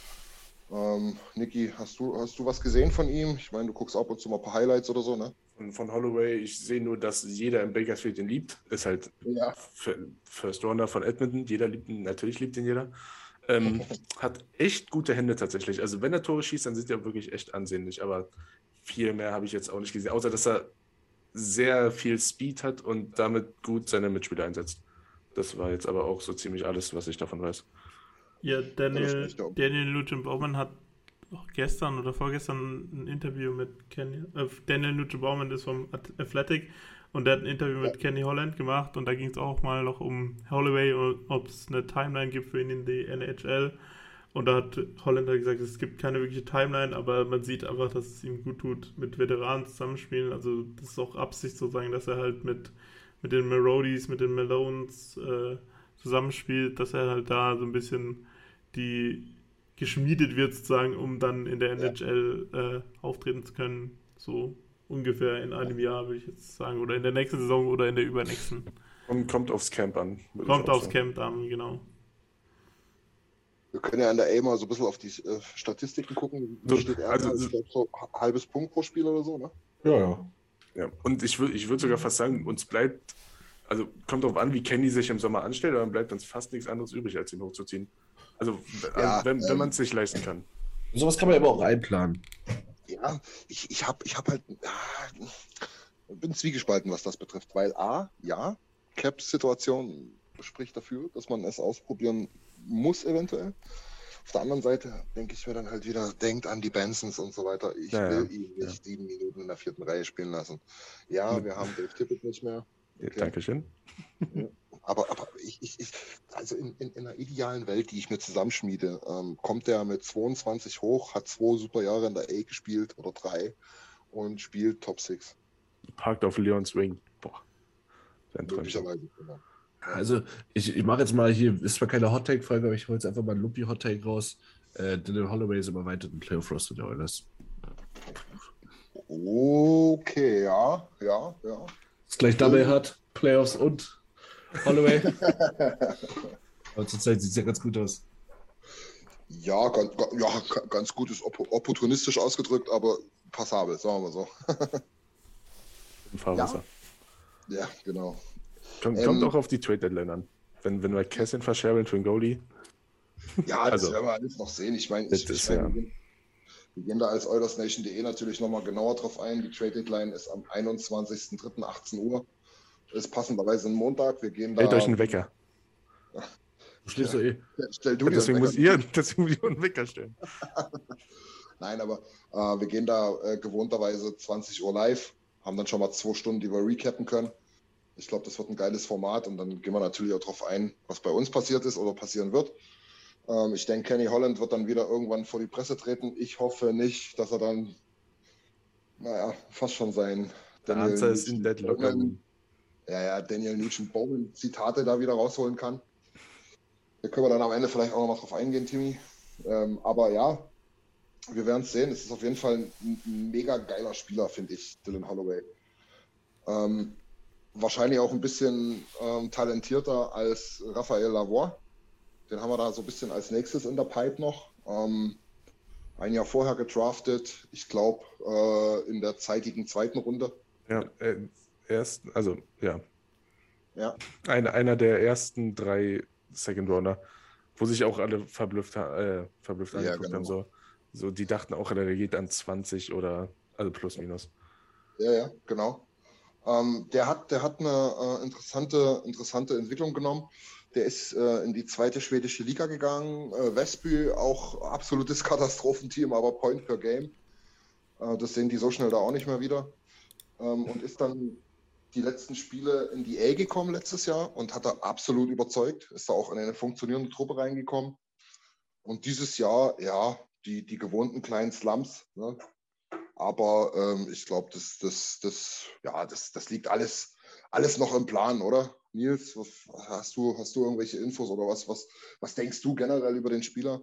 Niki, hast du was gesehen von ihm? Ich meine, du guckst ab und zu mal ein paar Highlights oder so, ne? Von Holloway, ich sehe nur, dass jeder im Bakersfield ihn liebt. Ist halt First Rounder von Edmonton. Jeder liebt ihn, natürlich liebt ihn jeder. Hat echt gute Hände tatsächlich. Also wenn er Tore schießt, dann sind er wirklich echt ansehnlich. Aber viel mehr habe ich jetzt auch nicht gesehen. Außer, dass er sehr viel Speed hat und damit gut seine Mitspieler einsetzt. Das war jetzt aber auch so ziemlich alles, was ich davon weiß. Ja, Daniel Nugent Bowman hat auch gestern oder vorgestern ein Interview mit Daniel Nugent Bowman ist vom Athletic und der hat ein Interview mit Kenny Holland gemacht und da ging es auch mal noch um Holloway und ob es eine Timeline gibt für ihn in die NHL. Und da hat Holland gesagt, es gibt keine wirkliche Timeline, aber man sieht einfach, dass es ihm gut tut, mit Veteranen zusammenspielen. Also das ist auch Absicht sozusagen, dass er halt mit den Marodies, mit den Malones zusammenspielt, dass er halt da so ein bisschen geschmiedet wird sozusagen, um dann in der NHL auftreten zu können. So ungefähr in einem Jahr, würde ich jetzt sagen. Oder in der nächsten Saison oder in der übernächsten. Und kommt aufs Camp an. Kommt aufs Camp an, genau. Wir können ja an der A mal so ein bisschen auf die Statistiken gucken. Wie steht er? Also so ein halbes Punkt pro Spiel oder so, ne? Ja. Und ich würd sogar fast sagen, uns bleibt, also kommt darauf an, wie Kenny sich im Sommer anstellt, aber dann bleibt uns fast nichts anderes übrig, als ihn hochzuziehen. Also wenn man es sich leisten kann. Sowas kann man aber auch einplanen. Ja, ich hab halt, bin zwiegespalten, was das betrifft, weil Cap-Situation spricht dafür, dass man es ausprobieren muss eventuell. Auf der anderen Seite denke ich mir dann halt wieder, denkt an die Bensons und so weiter. Ich will ihn nicht 7 Minuten in der 4. Reihe spielen lassen. Ja, wir haben Dave Tippett nicht mehr. Okay. Dankeschön. Ja. Aber also in einer idealen Welt, die ich mir zusammenschmiede, kommt er mit 22 hoch, hat 2 super Jahre in der A gespielt oder 3 und spielt Top 6. Parkt auf Leons Wing. Boah. Möglicherweise, genau. Also ich mache jetzt mal hier, ist zwar keine Hot-Take-Folge, aber ich hole jetzt einfach mal einen Lupi-Hot-Take raus. Dylan Holloway ist im erweiterten Playoff-Roster der Oilers. Okay, ja. Ist gleich Double hat, Playoffs und Holloway. Aber zurzeit sieht es ja ganz gut aus. Ja, ganz gut ist opportunistisch ausgedrückt, aber passabel, sagen wir mal so. Im Fahrwasser. Ja, genau. Kommt auch auf die Trade-Deadline an. Wenn wir Kessin verscherbeln für einen Goalie. Ja, das werden wir alles noch sehen. Ich meine, wir gehen da als OilersNation.de natürlich nochmal genauer drauf ein. Die Trade-Deadline ist am 21.03. 18 Uhr. Ist passenderweise ein Montag. Wir gehen da... Stellt euch einen Wecker. Du schläfst doch eh. Stell du deswegen muss ihr einen Wecker stellen. Nein, aber wir gehen da gewohnterweise 20 Uhr live, haben dann schon mal 2 Stunden, die wir recappen können. Ich glaube, das wird ein geiles Format und dann gehen wir natürlich auch darauf ein, was bei uns passiert ist oder passieren wird. Ich denke, Kenny Holland wird dann wieder irgendwann vor die Presse treten. Ich hoffe nicht, dass er dann naja, fast schon sein. Der Answer ist in that locker room. Ja, Daniel Nugent-Bowman Zitate da wieder rausholen kann. Da können wir dann am Ende vielleicht auch noch mal drauf eingehen, Timmy. Aber ja, wir werden es sehen. Es ist auf jeden Fall ein mega geiler Spieler, finde ich, Dylan Holloway. Wahrscheinlich auch ein bisschen talentierter als Raphael Lavoie. Den haben wir da so ein bisschen als nächstes in der Pipe noch. Ein Jahr vorher gedraftet, ich glaube in der zeitigen zweiten Runde. Ja, Ja. Einer der ersten 3 Second Runner, wo sich auch alle verblüfft angeguckt haben. So, die dachten auch, der geht an 20 oder also plus minus. Ja, genau. Der hat eine interessante Entwicklung genommen. Der ist in die zweite schwedische Liga gegangen. Väsby, auch absolutes Katastrophenteam, aber Point per Game. Das sehen die so schnell da auch nicht mehr wieder. Und ist dann die letzten Spiele in die A gekommen letztes Jahr und hat da absolut überzeugt. Ist da auch in eine funktionierende Truppe reingekommen. Und dieses Jahr, ja, die gewohnten kleinen Slumps. Ne? Aber ich glaube, das liegt alles noch im Plan, oder? Nils, hast du irgendwelche Infos oder was denkst du generell über den Spieler?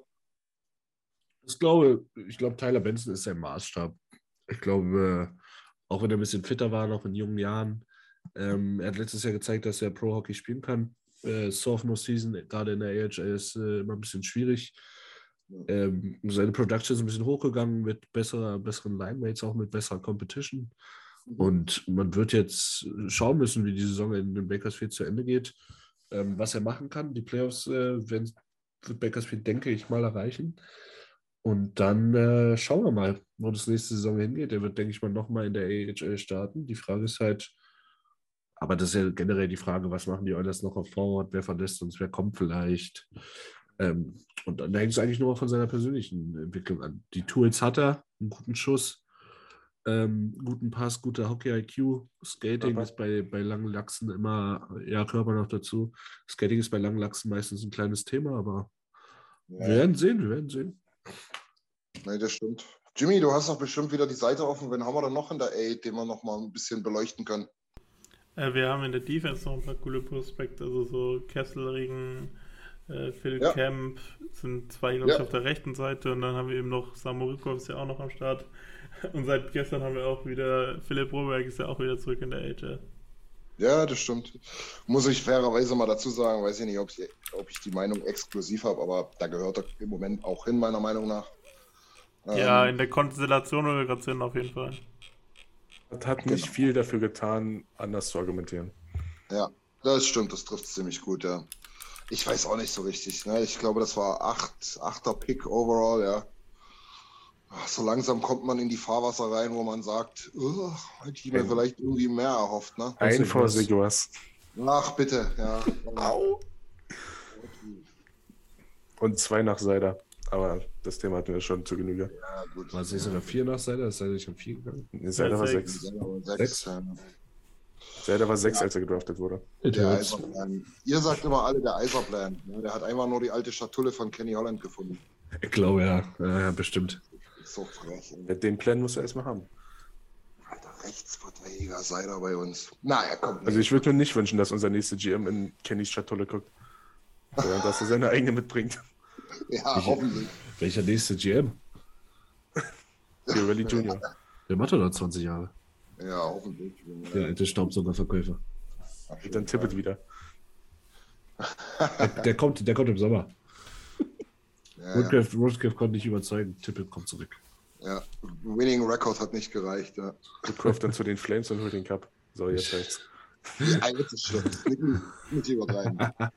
Ich glaube, Tyler Benson ist sein Maßstab. Ich glaube, auch wenn er ein bisschen fitter war, noch in jungen Jahren, er hat letztes Jahr gezeigt, dass er Pro-Hockey spielen kann. Sophomore-Season, gerade in der AHL, ist immer ein bisschen schwierig. Seine Production ist ein bisschen hochgegangen mit besseren Linemates, auch mit besserer Competition. Und man wird jetzt schauen müssen, wie die Saison in den Bakersfield zu Ende geht, was er machen kann. Die Playoffs wird Bakersfield, denke ich, mal erreichen. Und dann schauen wir mal, wo das nächste Saison hingeht. Er wird, denke ich mal, nochmal in der AHL starten. Die Frage ist halt, aber das ist ja generell die Frage, was machen die Oilers noch auf Forward, wer verlässt uns, wer kommt vielleicht. Und dann hängt es eigentlich nur von seiner persönlichen Entwicklung an. Die Tools hat er, einen guten Schuss, guten Pass, guter Hockey-IQ. Skating ist bei langen Lachsen immer, ja, Körper noch dazu. Skating ist bei langen Lachsen meistens ein kleines Thema, aber wir werden sehen. Nein, das stimmt. Jimmy, du hast doch bestimmt wieder die Seite offen. Wen haben wir denn noch in der A, den wir noch mal ein bisschen beleuchten können? Wir haben in der Defense noch ein paar coole Prospekte, also so Kesselring, Phil Kemp sind 2, glaube ich, auf der rechten Seite und dann haben wir eben noch Samorukov ist ja auch noch am Start. Und seit gestern haben wir auch wieder, Philipp Broberg ist ja auch wieder zurück in der AHL. Ja, das stimmt. Muss ich fairerweise mal dazu sagen, weiß ich nicht, ob ich die Meinung exklusiv habe, aber da gehört er im Moment auch hin, meiner Meinung nach. Ja, in der Konstellation, wo wir gerade sind, auf jeden Fall. Das hat nicht viel dafür getan, anders zu argumentieren. Ja, das stimmt, das trifft ziemlich gut, ja. Ich weiß auch nicht so richtig, ne? Ich glaube, das war 8. Pick overall, ja. So langsam kommt man in die Fahrwasser rein, wo man sagt, hätte ich mir vielleicht irgendwie mehr erhofft, ne? Ein Vorsicht. Ach, bitte, ja. Au! Und 2 nach Seider. Aber das Thema hatten wir schon zu Genüge. Ja, gut. Was ist denn 4 nach Seider? Ist Seider schon 4 gegangen? Seider war 6. 6. Seider war 6, als er gedraftet wurde. Der Eiserplan. Ihr sagt immer alle der Eiserplan. Der hat einfach nur die alte Schatulle von Kenny Holland gefunden. Ich glaube, ja, bestimmt. So frech. Den Plan musst du erstmal haben. Alter, Rechtsverteidiger Seider bei uns. Naja, komm. Also ich würde mir nicht wünschen, dass unser nächster GM in Kennys Schatulle guckt. Sondern dass er seine eigene mitbringt. Ja, hoffentlich. Welcher nächste GM? Girelli Jr. Der macht doch noch 20 Jahre. Ja, hoffentlich. Der alte Staubsaugerverkäufer. Dann Tippet wieder. Der kommt im Sommer. Ja, Woodcraft konnte nicht überzeugen. Tippet kommt zurück. Ja, Winning Record hat nicht gereicht. Ja. Woodcraft dann zu den Flames und holt den Cup. So, jetzt reicht's. Ja, jetzt ist schlimm. Nicht übertreiben.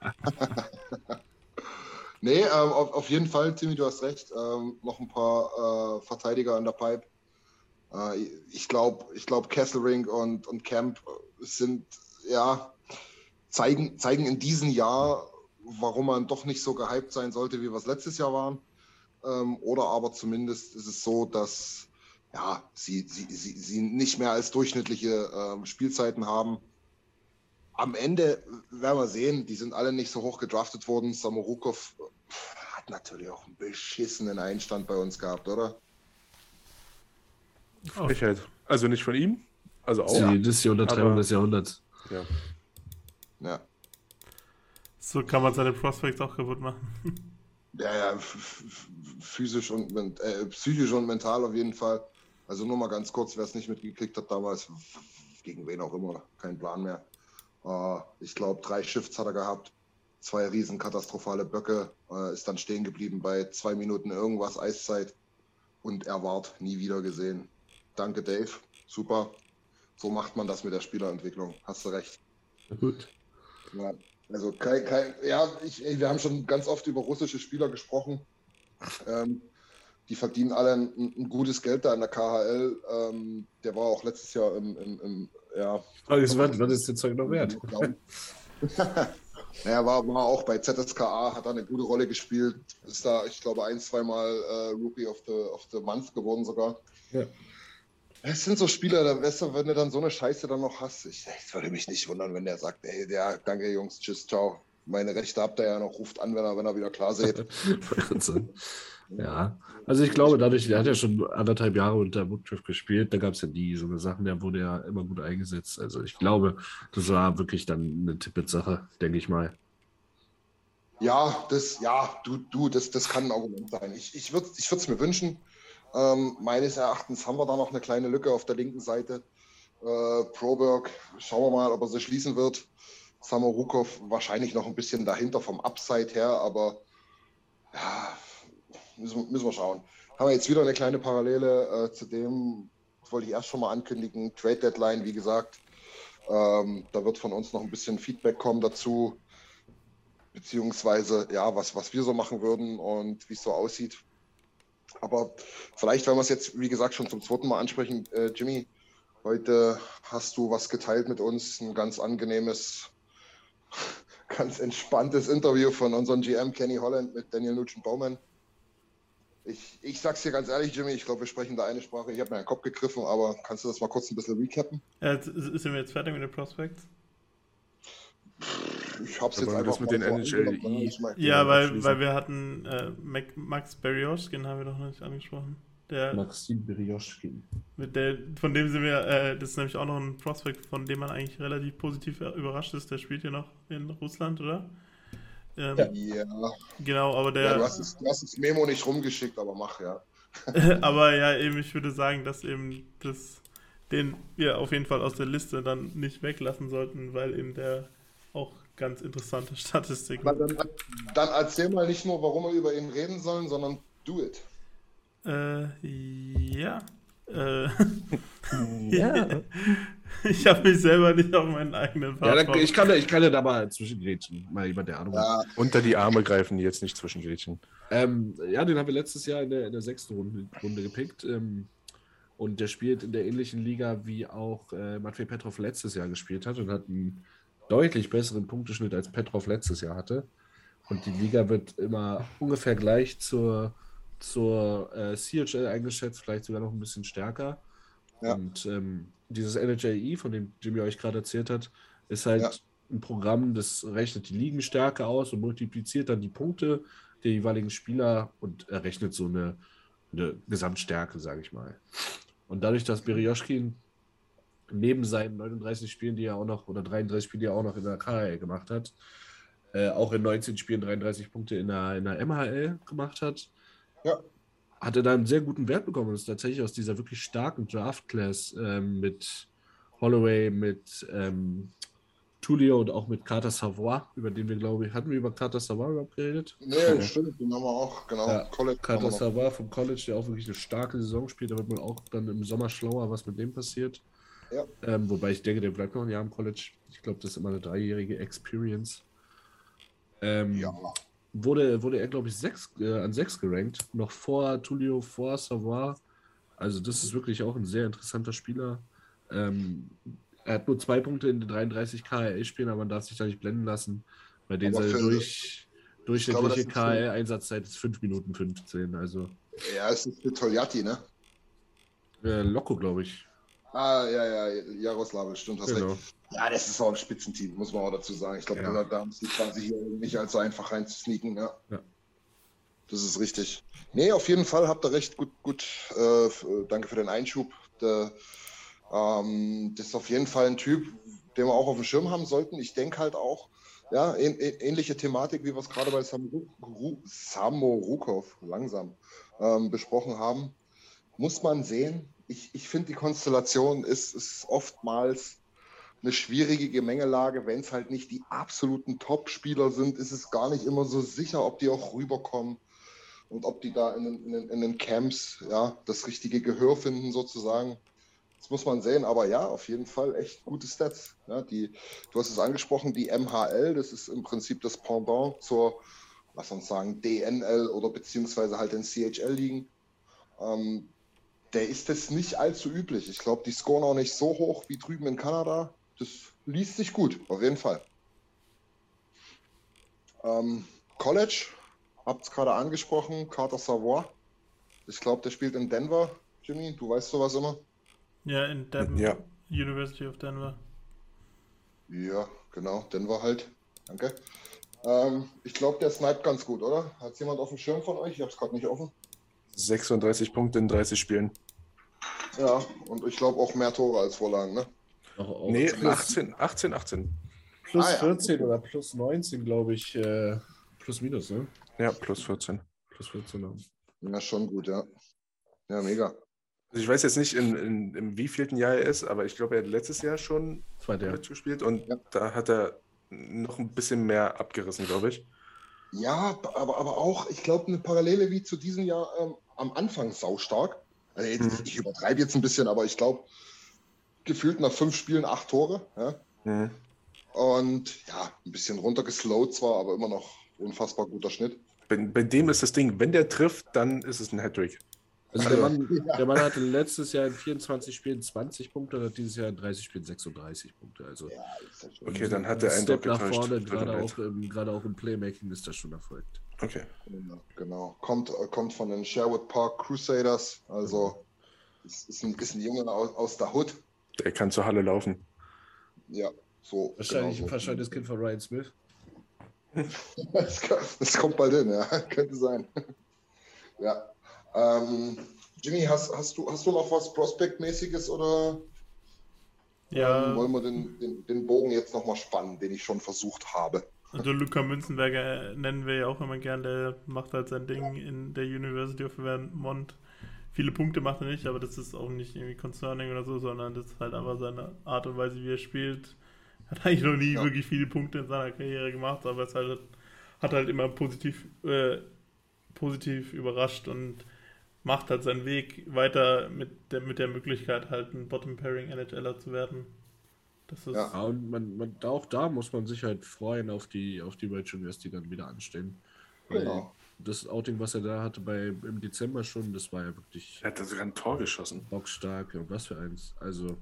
Nee, auf jeden Fall, Timmy, du hast recht. Noch ein paar Verteidiger an der Pipe. Ich glaube, Kesselring und Kemp sind, ja, zeigen in diesem Jahr, warum man doch nicht so gehypt sein sollte, wie wir es letztes Jahr waren. Oder aber zumindest ist es so, dass ja, sie nicht mehr als durchschnittliche Spielzeiten haben. Am Ende werden wir sehen, die sind alle nicht so hoch gedraftet worden. Samorukov hat natürlich auch einen beschissenen Einstand bei uns gehabt, oder? Frechheit. Also nicht von ihm, also auch. Das ist die Untertreibung aber- des Jahrhunderts. Ja. Ja. So kann man seine Prospects auch kaputt machen. Ja, physisch und psychisch und mental auf jeden Fall. Also nur mal ganz kurz, wer es nicht mitgekriegt hat damals, gegen wen auch immer, kein Plan mehr. Ich glaube, 3 Shifts hat er gehabt, 2 riesen katastrophale Böcke, ist dann stehen geblieben bei 2 Minuten irgendwas Eiszeit und er ward nie wieder gesehen. Danke, Dave. Super. So macht man das mit der Spielerentwicklung. Hast du recht. Gut. Ja, also wir haben schon ganz oft über russische Spieler gesprochen. Die verdienen alle ein gutes Geld da in der KHL. Der war auch letztes Jahr Was ist das Zeug noch wert? Naja, war auch bei ZSKA, hat da eine gute Rolle gespielt. Ist da, ich glaube, 1-2 Mal Rookie of the Month geworden sogar. Ja. Es sind so Spieler, da weißt du, wenn du dann so eine Scheiße dann noch hast. Ich würde mich nicht wundern, wenn der sagt, ey, danke Jungs, tschüss, ciao. Meine Rechte habt ihr ja noch, ruft an, wenn er wieder klar seht. Ja, also ich glaube, dadurch, er hat ja schon 1,5 Jahre unter Woodcraft gespielt, da gab es ja nie so eine Sachen, der wurde ja immer gut eingesetzt. Also ich glaube, das war wirklich dann eine Tippet-Sache, denke ich mal. Ja, das kann ein Argument sein. Ich würde es mir wünschen. Meines Erachtens haben wir da noch eine kleine Lücke auf der linken Seite. Broberg, schauen wir mal, ob er sie schließen wird. Samorukov wahrscheinlich noch ein bisschen dahinter vom Upside her, aber ja, müssen wir schauen. Haben wir jetzt wieder eine kleine Parallele zu dem, das wollte ich erst schon mal ankündigen, Trade Deadline, wie gesagt. Da wird von uns noch ein bisschen Feedback kommen dazu, beziehungsweise ja, was wir so machen würden und wie es so aussieht. Aber vielleicht, wenn wir es jetzt, wie gesagt, schon zum 2. Mal ansprechen, Jimmy, heute hast du was geteilt mit uns, ein ganz angenehmes, ganz entspanntes Interview von unserem GM Kenny Holland mit Daniel Nugent-Bowman. Ich sag's dir ganz ehrlich, Jimmy, ich glaube, wir sprechen da eine Sprache. Ich habe mir einen Kopf gegriffen, aber kannst du das mal kurz ein bisschen recappen? Sind wir jetzt fertig mit den Prospects? Ich hab's jetzt Aber einfach das mit den NHLI. Ja, weil wir hatten Max Berioshkin haben wir doch noch nicht angesprochen. Maxim Berioshkin. Von dem sind wir, das ist nämlich auch noch ein Prospect, von dem man eigentlich relativ positiv überrascht ist. Der spielt ja noch in Russland, oder? Ja. Genau, aber der... Ja, du hast das Memo nicht rumgeschickt, aber mach, ja. Aber ja, eben, ich würde sagen, dass eben den wir auf jeden Fall aus der Liste dann nicht weglassen sollten, weil eben der auch ganz interessante Statistiken hat. Dann erzähl mal nicht nur, warum wir über ihn reden sollen, sondern do it. Ja. Ja. Ich habe mich selber nicht auf meinen eigenen Ja, ich kann ja da mal zwischengrätschen, mal jemand, der Ahnung hat. Unter die Arme greifen, jetzt nicht zwischengrätschen. Ja, den haben wir letztes Jahr in der 6. Runde gepickt. Und der spielt in der ähnlichen Liga, wie auch Matvei Petrov letztes Jahr gespielt hat und hat einen deutlich besseren Punkteschnitt als Petrov letztes Jahr hatte. Und die Liga wird immer ungefähr gleich zur CHL eingeschätzt, vielleicht sogar noch ein bisschen stärker. Ja. Und dieses NHLI, von dem Jimmy euch gerade erzählt hat, ist halt ein Programm, das rechnet die Ligenstärke aus und multipliziert dann die Punkte der jeweiligen Spieler und errechnet so eine Gesamtstärke, sage ich mal. Und dadurch, dass Berioshkin neben seinen 39 Spielen, die er auch noch, oder 33 Spielen, die er auch noch in der KHL gemacht hat, auch in 19 Spielen 33 Punkte in der MHL gemacht hat, hat er da einen sehr guten Wert bekommen. Und ist tatsächlich aus dieser wirklich starken Draft-Class mit Holloway, mit Tullio und auch mit Carter Savoy, über den wir, glaube ich, hatten wir über Carter Savoy überhaupt geredet? Nee, stimmt, den haben wir auch, genau. Ja, Carter Savoy vom College, der auch wirklich eine starke Saison spielt, da wird man auch dann im Sommer schlauer, was mit dem passiert. Ja. Wobei ich denke, der bleibt noch ein Jahr im College. Ich glaube, das ist immer eine 3-jährige Experience. Wurde er, glaube ich, an 6 gerankt, noch vor Tullio, vor Savoy. Also das ist wirklich auch ein sehr interessanter Spieler. Er hat nur 2 Punkte in den 33 KHL-Spielen, aber man darf sich da nicht blenden lassen. Bei denen seine durchschnittliche KHL-Einsatzzeit ist 5 Minuten 15. Also. Ja, es ist für Toljatti, ne? Loco, glaube ich. Ja, Jaroslawl, stimmt, hast recht. Ja, das ist auch ein Spitzenteam, muss man auch dazu sagen. Ich glaube, da haben sie quasi hier nicht allzu einfach reinzusneaken, ja. Das ist richtig. Nee, auf jeden Fall habt ihr recht. Gut. Danke für den Einschub. Das ist auf jeden Fall ein Typ, den wir auch auf dem Schirm haben sollten. Ich denke halt auch, ja, ähnliche Thematik, wie wir es gerade bei Samorukov besprochen haben, muss man sehen. Ich finde, die Konstellation ist oftmals eine schwierige Gemengelage. Wenn es halt nicht die absoluten Top-Spieler sind, ist es gar nicht immer so sicher, ob die auch rüberkommen und ob die da in den Camps das richtige Gehör finden sozusagen. Das muss man sehen, aber ja, auf jeden Fall echt gute Stats. Ja, du hast es angesprochen, die MHL, das ist im Prinzip das Pendant zur, lass uns sagen, DNL oder beziehungsweise halt den CHL-Ligen. Der ist das nicht allzu üblich. Ich glaube, die scoren auch nicht so hoch wie drüben in Kanada. Das liest sich gut, auf jeden Fall. College, habt es gerade angesprochen, Carter Savoie. Ich glaube, der spielt in Denver. Jimmy, du weißt sowas immer? Ja, in Denver. Ja. University of Denver. Ja, genau, Denver halt. Danke. Ich glaube, der sniped ganz gut, oder? Hat es jemand auf dem Schirm von euch? Ich habe es gerade nicht offen. 36 Punkte in 30 Spielen. Ja, und ich glaube auch mehr Tore als Vorlagen, ne? Nee, 18. Plus 14 oder plus 19, glaube ich. Plus minus, ne? Ja, plus 14. Plus 14. Ja, schon gut, ja. Ja, mega. Also ich weiß jetzt nicht, im wievielten Jahr er ist, aber ich glaube, er hat letztes Jahr schon mitgespielt und da hat er noch ein bisschen mehr abgerissen, glaube ich. Ja, aber auch, ich glaube, eine Parallele wie zu diesem Jahr am Anfang saustark. Also ich übertreibe jetzt ein bisschen, aber ich glaube, gefühlt nach 5 Spielen 8 Tore. Ja? Und ja, ein bisschen runtergeslowt zwar, aber immer noch unfassbar guter Schnitt. Bei dem ist das Ding, wenn der trifft, dann ist es ein Hattrick. Also der Mann hatte letztes Jahr in 24 Spielen 20 Punkte und hat dieses Jahr in 30 Spielen 36 Punkte. Also okay, dann hat der einen Step nach vorne, gerade auch im Playmaking ist das schon erfolgt. Okay. Genau. Kommt von den Sherwood Park Crusaders, also ist ein Junge aus der Hood. Der kann zur Halle laufen. Ja, so. Wahrscheinlich ein verscheidetes Kind von Ryan Smith. Das kommt bald hin, ja. Könnte sein. Ja. Jimmy, hast du noch was Prospect-mäßiges oder wollen wir den Bogen jetzt nochmal spannen, den ich schon versucht habe? Also Luca Münzenberger nennen wir ja auch immer gern, der macht halt sein Ding in der University of Vermont. Viele Punkte macht er nicht, aber das ist auch nicht irgendwie concerning oder so, sondern das ist halt einfach seine Art und Weise, wie er spielt. Hat eigentlich noch nie wirklich viele Punkte in seiner Karriere gemacht, aber es hat halt immer positiv überrascht und macht halt seinen Weg weiter mit der Möglichkeit, halt ein Bottom-Pairing-NHLer zu werden. Das ist und auch da muss man sich halt freuen auf die Red Juniors, die dann wieder anstehen. Genau. Das Outing, was er da hatte im Dezember schon, das war ja wirklich... Er hat da sogar ein Tor geschossen. Bockstark und was für eins. Also...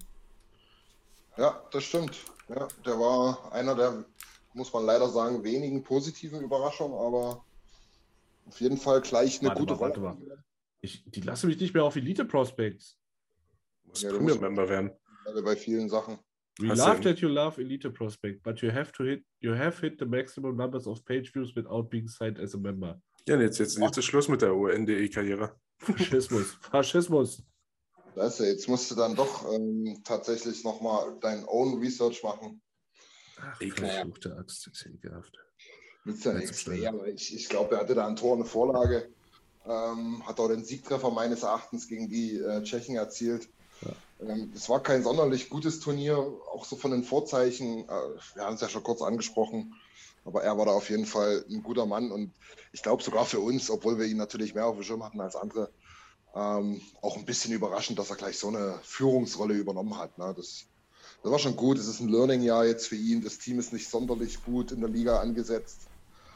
Ja, das stimmt. Ja, der war einer der, muss man leider sagen, wenigen positiven Überraschungen, aber auf jeden Fall gleich eine gute Rolle. Warte. Die lassen mich nicht mehr auf Elite Prospects. Muss Premium-Member werden. Bei vielen Sachen. We love that you love Elite Prospect, but you have hit the maximum numbers of page views without being signed as a member. Ja, jetzt ist Schluss mit der UNDE-Karriere. Faschismus. Weißt du, jetzt musst du dann doch tatsächlich nochmal dein Own Research machen. Ach, verfluchte Axt, ist ekelhaft. Nützt ja nichts. Nee, aber ich glaube, er hatte da ein Tor, eine Vorlage. Hat auch den Siegtreffer meines Erachtens gegen die Tschechen erzielt. Ja. Es war kein sonderlich gutes Turnier, auch so von den Vorzeichen. Wir haben es ja schon kurz angesprochen, aber er war da auf jeden Fall ein guter Mann und ich glaube sogar für uns, obwohl wir ihn natürlich mehr auf dem Schirm hatten als andere, auch ein bisschen überraschend, dass er gleich so eine Führungsrolle übernommen hat. Ne? Das war schon gut. Es ist ein Learning-Jahr jetzt für ihn. Das Team ist nicht sonderlich gut in der Liga angesetzt.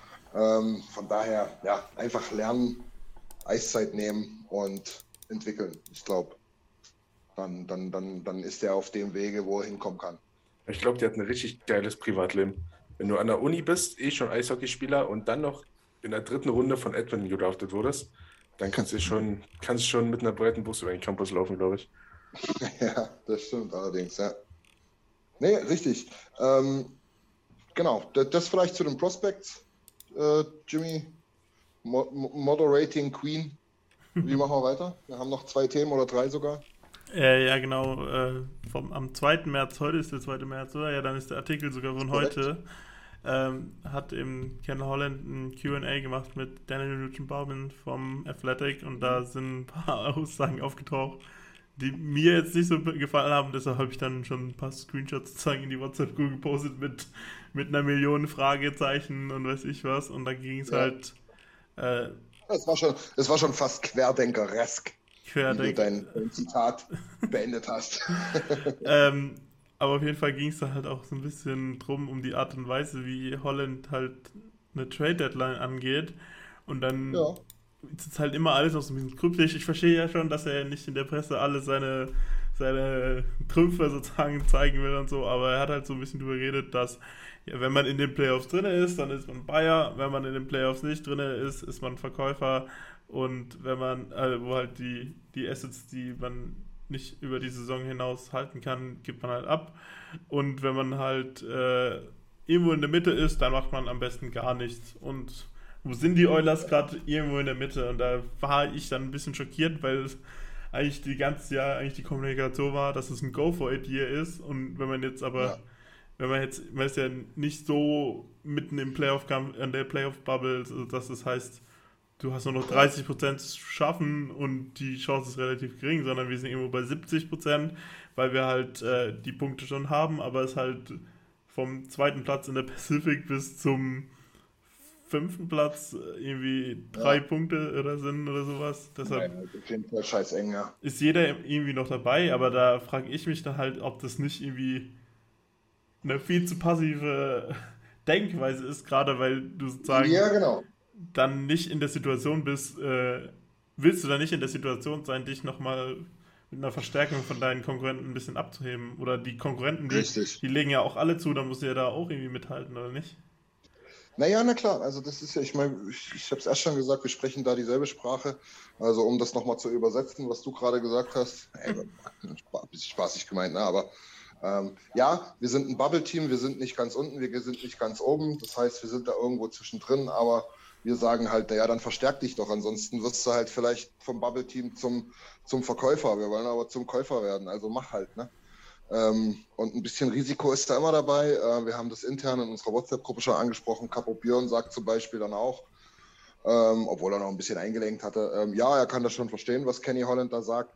Von daher, ja, einfach lernen, Eiszeit nehmen und entwickeln. Ich glaube, dann ist er auf dem Wege, wo er hinkommen kann. Ich glaube, der hat ein richtig geiles Privatleben. Wenn du an der Uni bist, schon Eishockeyspieler und dann noch in der 3. Runde von Edwin gedraftet wurdest, dann kannst du schon mit einer breiten Bus über den Campus laufen, glaube ich. Ja, das stimmt allerdings, ja. Nee, richtig. Genau, das vielleicht zu den Prospects. Jimmy, Moderating Queen. Wie machen wir weiter? Wir haben noch 2 Themen oder 3 sogar. Ja, genau. Am 2. März, heute ist der 2. März, oder? Ja, dann ist der Artikel sogar von heute. Hat eben Ken Holland ein Q&A gemacht mit Daniel Nugent-Hopkins vom Athletic und da sind ein paar Aussagen aufgetaucht, die mir jetzt nicht so gefallen haben. Deshalb habe ich dann schon ein paar Screenshots sozusagen in die WhatsApp-Group gepostet mit einer Million Fragezeichen und weiß ich was. Und da ging es halt... Es war schon fast querdenkeresk, wie du dein Zitat beendet hast. Aber auf jeden Fall ging es da halt auch so ein bisschen drum, um die Art und Weise, wie Holland halt eine Trade-Deadline angeht. Und dann ist es halt immer alles noch so ein bisschen kryptisch. Ich verstehe ja schon, dass er nicht in der Presse alle seine Trümpfe sozusagen zeigen will und so, aber er hat halt so ein bisschen drüber geredet, dass wenn man in den Playoffs drin ist, dann ist man Buyer, wenn man in den Playoffs nicht drin ist, ist man Verkäufer und wenn man, wo halt die Assets, die man nicht über die Saison hinaus halten kann, gibt man halt ab und wenn man halt irgendwo in der Mitte ist, dann macht man am besten gar nichts und wo sind die Oilers gerade? Irgendwo in der Mitte und da war ich dann ein bisschen schockiert, weil eigentlich die ganze Jahr eigentlich die Kommunikation war, dass es ein Go-for-It-Year ist und wenn man jetzt aber man ist ja nicht so mitten im Playoff-Kampf, in der Playoff-Bubble, also dass das heißt, du hast nur noch 30% zu schaffen und die Chance ist relativ gering, sondern wir sind irgendwo bei 70%, weil wir halt die Punkte schon haben, aber es halt vom 2. Platz in der Pacific bis zum 5. Platz irgendwie 3 Punkte oder sind oder sowas. Deshalb auf jeden Fall scheiß eng, ist jeder irgendwie noch dabei, aber da frage ich mich dann halt, ob das nicht irgendwie eine viel zu passive Denkweise ist, gerade weil du sozusagen dann nicht in der Situation bist, willst du dann nicht in der Situation sein, dich nochmal mit einer Verstärkung von deinen Konkurrenten ein bisschen abzuheben? Oder die Konkurrenten, die legen ja auch alle zu, dann musst du ja da auch irgendwie mithalten, oder nicht? Naja, na klar, also das ist ja, ich meine, ich habe es erst schon gesagt, wir sprechen da dieselbe Sprache. Also um das nochmal zu übersetzen, was du gerade gesagt hast, ein bisschen spaßig gemeint, ne? Aber ja, wir sind ein Bubble-Team, wir sind nicht ganz unten, wir sind nicht ganz oben. Das heißt, wir sind da irgendwo zwischendrin, aber wir sagen halt, naja, dann verstärk dich doch. Ansonsten wirst du halt vielleicht vom Bubble-Team zum Verkäufer. Wir wollen aber zum Käufer werden, also mach halt, ne? Und ein bisschen Risiko ist da immer dabei. Wir haben das intern in unserer WhatsApp-Gruppe schon angesprochen. Capo Björn sagt zum Beispiel dann auch, obwohl er noch ein bisschen eingelenkt hatte, ja, er kann das schon verstehen, was Kenny Holland da sagt.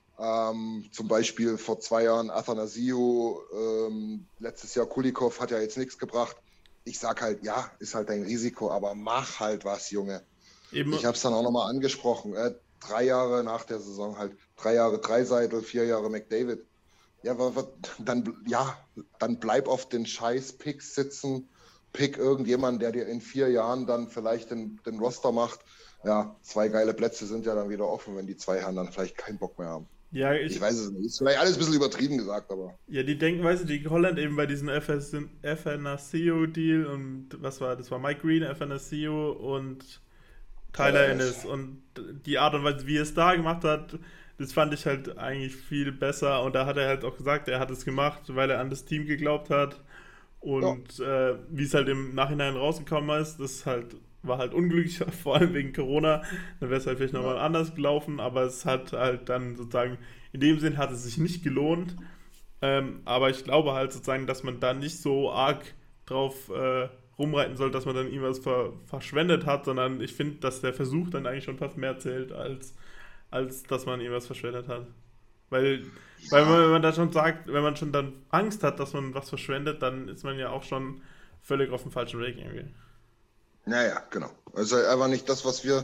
Zum Beispiel vor 2 Jahren Athanasiou, letztes Jahr Kulikov hat ja jetzt nichts gebracht. Ich sag halt, ja, ist halt dein Risiko, aber mach halt was, Junge. Eben. Ich habe es dann auch nochmal angesprochen. 3 Jahre nach der Saison halt, 3 Jahre Dreiseidel, 4 Jahre McDavid. Ja, dann bleib auf den Scheiß-Picks sitzen, pick irgendjemanden, der dir in 4 Jahren dann vielleicht den Roster macht. Ja, 2 geile Plätze sind ja dann wieder offen, wenn die 2 Herren dann vielleicht keinen Bock mehr haben. Ja, ich weiß es nicht. Ist vielleicht alles ein bisschen übertrieben gesagt, aber... Ja, die Denkweise, die Holland eben bei diesem Athanasiou-Deal und was war, das war Mike Green, Athanasiou und Tyler Ennis und die Art und Weise, wie er es da gemacht hat, das fand ich halt eigentlich viel besser und da hat er halt auch gesagt, er hat es gemacht, weil er an das Team geglaubt hat und wie es halt im Nachhinein rausgekommen ist, das halt war halt unglücklich, vor allem wegen Corona, dann wäre es halt vielleicht nochmal anders gelaufen, aber es hat halt dann sozusagen, in dem Sinn hat es sich nicht gelohnt, aber ich glaube halt sozusagen, dass man da nicht so arg drauf rumreiten soll, dass man dann irgendwas verschwendet hat, sondern ich finde, dass der Versuch dann eigentlich schon fast mehr zählt, als dass man irgendwas verschwendet hat. Weil wenn man da schon sagt, wenn man schon dann Angst hat, dass man was verschwendet, dann ist man ja auch schon völlig auf dem falschen Weg irgendwie. Naja, genau. Also einfach nicht das, was wir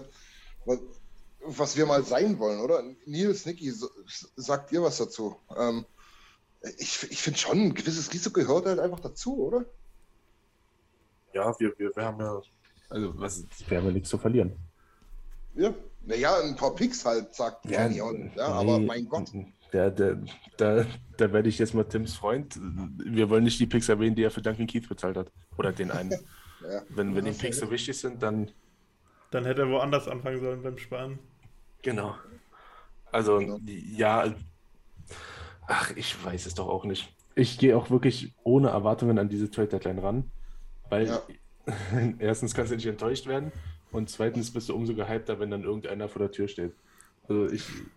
mal sein wollen, oder? Nils, Niki, sagt ihr was dazu? Ich finde schon, ein gewisses Risiko gehört halt einfach dazu, oder? Ja, wir haben ja, wir haben ja nichts zu verlieren. Ja, naja, ein paar Picks halt, sagt Kenny Holland, ja, aber mein Gott. Da werde ich jetzt mal Tims Freund, wir wollen nicht die Picks erwähnen, die er für Duncan Keith bezahlt hat. Oder den einen. Ja. Wenn die Picks so wichtig sind, dann hätte er woanders anfangen sollen beim Sparen. Genau. Also, ja, ich weiß es doch auch nicht. Ich gehe auch wirklich ohne Erwartungen an diese Trade-Deadline ran, weil erstens kannst du nicht enttäuscht werden Und zweitens bist du umso gehypter, wenn dann irgendeiner vor der Tür steht. Also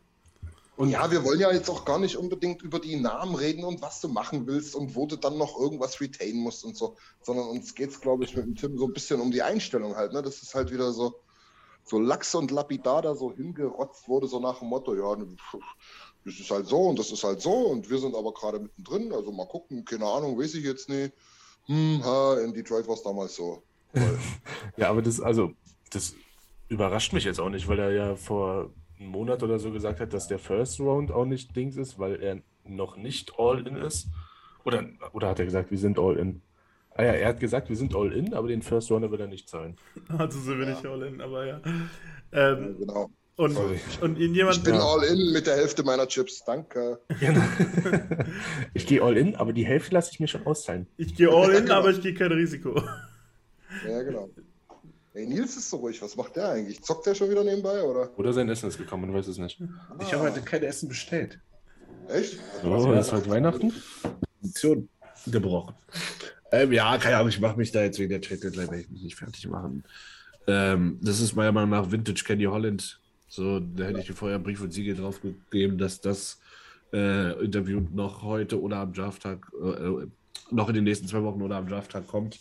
Ja, wir wollen ja jetzt auch gar nicht unbedingt über die Namen reden und was du machen willst und wo du dann noch irgendwas retainen musst und so, sondern uns geht es, glaube ich, mit dem Tim so ein bisschen um die Einstellung halt. Ne? Das ist halt wieder so lax und lapidar da so hingerotzt wurde, so nach dem Motto, ja, das ist halt so und das ist halt so und wir sind aber gerade mittendrin, also mal gucken, keine Ahnung, weiß ich jetzt nicht. In Detroit war es damals so. Ja, aber das überrascht mich jetzt auch nicht, weil er ja vor einem Monat oder so gesagt hat, dass der First Round auch nicht Dings ist, weil er noch nicht All-In ist. Oder hat er gesagt, wir sind All-In? Ah ja, er hat gesagt, wir sind All-In, aber den First Rounder will er nicht zahlen. Also sind wir nicht All-In, aber ja. Genau. Und jemand. Ich bin All-In mit der Hälfte meiner Chips, danke. Genau. Ich gehe All-In, aber die Hälfte lasse ich mir schon auszahlen. Ich gehe All-In, genau. Aber ich gehe kein Risiko. Ja, genau. Ey, Nils ist so ruhig. Was macht der eigentlich? Zockt der schon wieder nebenbei, oder? Oder sein Essen ist gekommen, man weiß es nicht. Ich habe heute kein Essen bestellt. Echt? Oh, das ist heute Weihnachten? Tradition gebrochen. Ja, keine Ahnung, ich mache mich da jetzt wegen der Trade Deadline, werde ich mich nicht fertig machen. Das ist meiner Meinung nach Vintage Kenny Holland. So, da hätte ich dir vorher einen Brief und Siegel drauf gegeben, dass das Interview noch heute oder am Drafttag, noch in den nächsten 2 Wochen oder am Drafttag kommt.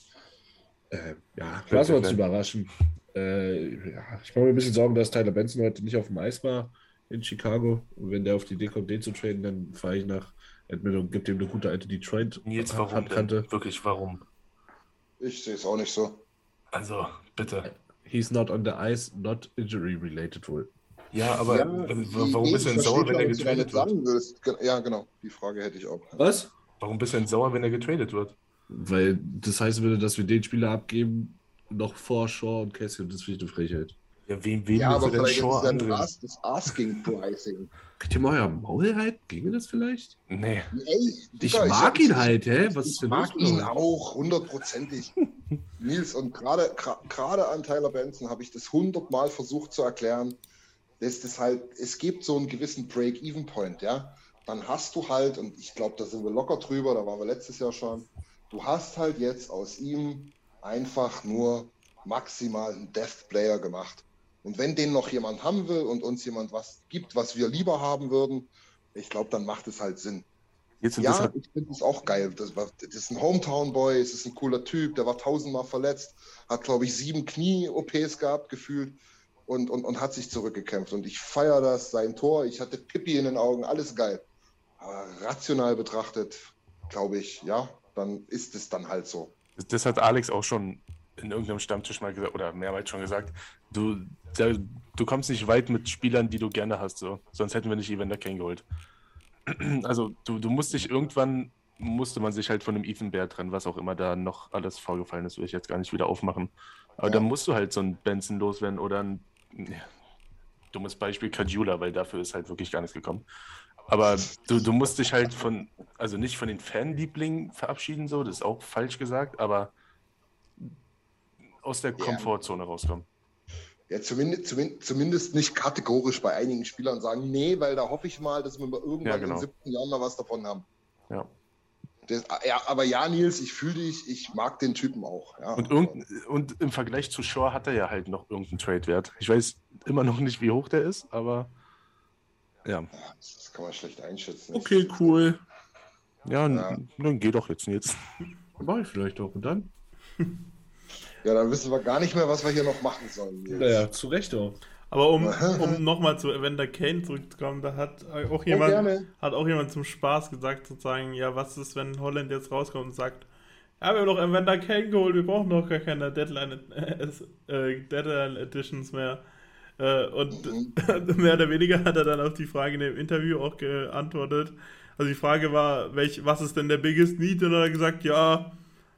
Ja, lassen wir uns überraschen. Ich mache mir ein bisschen Sorgen, dass Tyler Benson heute nicht auf dem Eis war in Chicago. Und wenn der auf die Idee kommt, den zu traden, dann fahre ich nach Edmonton und gebe dem eine gute alte Detroit. Nils, warum denn? Wirklich, warum? Ich sehe es auch nicht so. Also, bitte. He's not on the ice, not injury related wohl. Ja, aber warum bist du denn sauer, wenn er getradet wird? Ja, genau. Die Frage hätte ich auch. Was? Warum bist du denn sauer, wenn er getradet wird? Weil das heißen würde, dass wir den Spieler abgeben, noch vor Shaw und Cassie, und das finde ich eine Frechheit. Ja, wem ja, aber denn vielleicht Shaw ist das Asking Pricing. Könnt ihr mal euer Maul halten? Ginge das vielleicht? Nee. Ey, Digga, ich mag ihn halt, hä? Was ist ich mag ihn auch, 100%ig. Nils, und gerade an Tyler Benson habe ich das 100-mal versucht zu erklären, dass das halt, es gibt so einen gewissen Break-Even-Point, ja. Dann hast du halt, und ich glaube, da sind wir locker drüber, da waren wir letztes Jahr schon, du hast halt jetzt aus ihm einfach nur maximal einen Death-Player gemacht. Und wenn den noch jemand haben will und uns jemand was gibt, was wir lieber haben würden, ich glaube, dann macht es halt Sinn. Ich finde es auch geil. Das ist ein Hometown-Boy, es ist ein cooler Typ, der war 1000-mal verletzt, hat, glaube ich, 7 Knie-OPs gehabt, gefühlt, und hat sich zurückgekämpft. Und ich feiere das, sein Tor, ich hatte Pippi in den Augen, alles geil. Aber rational betrachtet, glaube ich, ja, dann ist es dann halt so. Das hat Alex auch schon in irgendeinem Stammtisch mal gesagt, oder mehrmals schon gesagt, du kommst nicht weit mit Spielern, die du gerne hast, so. Sonst hätten wir nicht Evander Kane geholt. Also du musst dich irgendwann, musste man sich halt von dem Ethan Bear trennen, was auch immer da noch alles vorgefallen ist, will ich jetzt gar nicht wieder aufmachen. Aber dann musst du halt so einen Benson loswerden oder ein dummes Beispiel Kajula, weil dafür ist halt wirklich gar nichts gekommen. Aber du musst dich halt nicht von den Fanlieblingen verabschieden, so, das ist auch falsch gesagt, aber aus der Komfortzone rauskommen. Ja, zumindest nicht kategorisch bei einigen Spielern sagen, nee, weil da hoffe ich mal, dass wir irgendwann in 7. Jahren mal was davon haben. Ja. Aber ja, Nils, ich fühle dich, ich mag den Typen auch. Ja. Und im Vergleich zu Shaw hat er ja halt noch irgendeinen Trade-Wert. Ich weiß immer noch nicht, wie hoch der ist, aber ja. Das kann man schlecht einschätzen. Okay, cool. Ja, dann geh doch jetzt. Mach ich vielleicht auch. Und dann? Ja, dann wissen wir gar nicht mehr, was wir hier noch machen sollen. Naja, zu Recht auch. Aber um nochmal zu Evander Kane zurückzukommen, da hat auch jemand zum Spaß gesagt, sozusagen, ja, was ist, wenn Holland jetzt rauskommt und sagt, ja, wir haben doch Evander Kane geholt, wir brauchen doch gar keine Deadline Editions mehr. Und mehr oder weniger hat er dann auf die Frage in dem Interview auch geantwortet. Also die Frage war, was ist denn der biggest need? Und dann hat er gesagt, ja,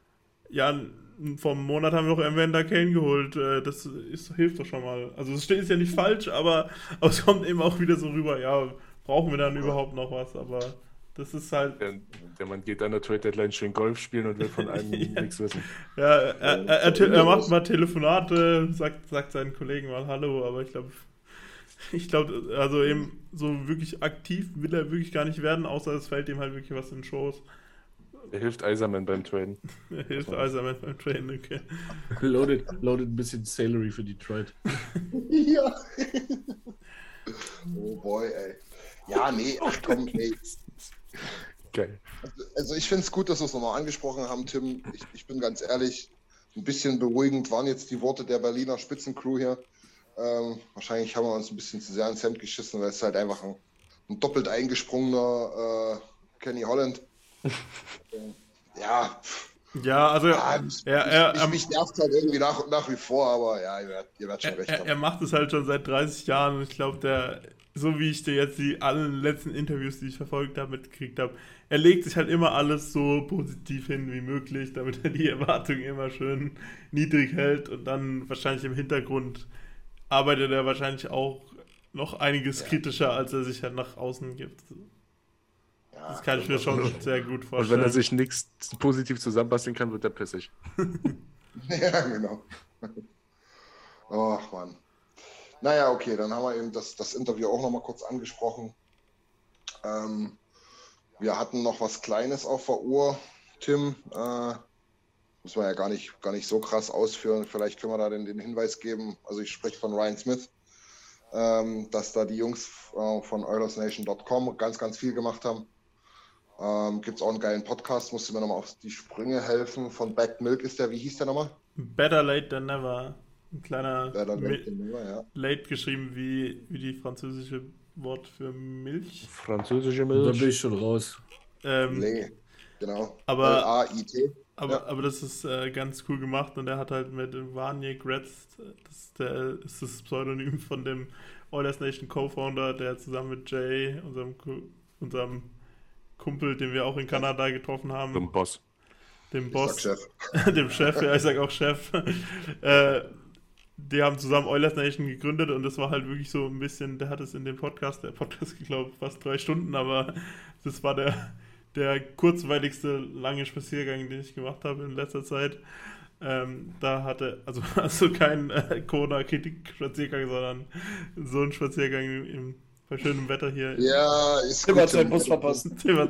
vor einem Monat haben wir noch Evander Kane geholt. Das hilft doch schon mal. Also es ist ja nicht falsch, aber es kommt eben auch wieder so rüber, ja, brauchen wir dann überhaupt noch was? Aber das ist halt... Der Mann geht an der Trade Deadline schön Golf spielen und will von einem nichts wissen. Ja, er macht mal Telefonate, sagt seinen Kollegen mal Hallo, aber ich glaube, also eben so wirklich aktiv will er wirklich gar nicht werden, außer es fällt ihm halt wirklich was in den Schoß. Er hilft Eiserman beim Traden. Er hilft Eiserman beim Traden, okay. Loaded ein bisschen Salary für Detroit. Ja. Oh boy, ey. Ja, nee, ach komm, ey. Geil. Also ich finde es gut, dass wir es nochmal angesprochen haben, Tim. Ich bin ganz ehrlich, ein bisschen beruhigend waren jetzt die Worte der Berliner Spitzencrew hier. Wahrscheinlich haben wir uns ein bisschen zu sehr ins Hemd geschissen, weil es halt einfach ein doppelt eingesprungener Kenny Holland. Ja. Ja, also mich nervt halt irgendwie nach wie vor, aber ja, ihr werdet schon recht haben. Er macht es halt schon seit 30 Jahren und ich glaube, so wie ich dir jetzt allen letzten Interviews, die ich verfolgt habe, mitgekriegt habe, er legt sich halt immer alles so positiv hin wie möglich, damit er die Erwartungen immer schön niedrig hält und dann wahrscheinlich im Hintergrund arbeitet er wahrscheinlich auch noch einiges kritischer, als er sich halt nach außen gibt. Ja, das kann ich mir schon sehr gut vorstellen. Und wenn er sich nichts positiv zusammenbasteln kann, wird er pissig. Ja, genau. Ach, Mann. Naja, okay, dann haben wir eben das Interview auch nochmal kurz angesprochen. Wir hatten noch was Kleines auf der Uhr, Tim. Muss man ja gar nicht so krass ausführen. Vielleicht können wir da den Hinweis geben. Also ich spreche von Ryan Smith, dass da die Jungs von OilersNation.com ganz, ganz viel gemacht haben. Gibt es auch einen geilen Podcast, musst du mir nochmal auf die Sprünge helfen. Von Backed Milk ist der, wie hieß der nochmal? Better Late Than Never. Ein kleiner ja. Late geschrieben wie die französische Wort für Milch. Französische Da Milch. bin ich schon raus. Nee, genau. Aber L-A-I-T. Aber das ist ganz cool gemacht und er hat halt mit Vanje Gretz, das ist das Pseudonym von dem Oilers Nation Co-Founder, der zusammen mit Jay, unserem Kumpel, den wir auch in Kanada getroffen haben. Dem Boss. Dem Chef. Dem Chef, ja, ich sag auch Chef. Die haben zusammen Oilers Nation gegründet und das war halt wirklich so ein bisschen, der hat es in dem Podcast, glaube fast 3 Stunden, aber das war der kurzweiligste lange Spaziergang, den ich gemacht habe in letzter Zeit. Da hatte, also kein Corona-Kritik-Spaziergang, sondern so ein Spaziergang bei schönem Wetter hier. Ja, ist Tim hat seinen Bus verpasst.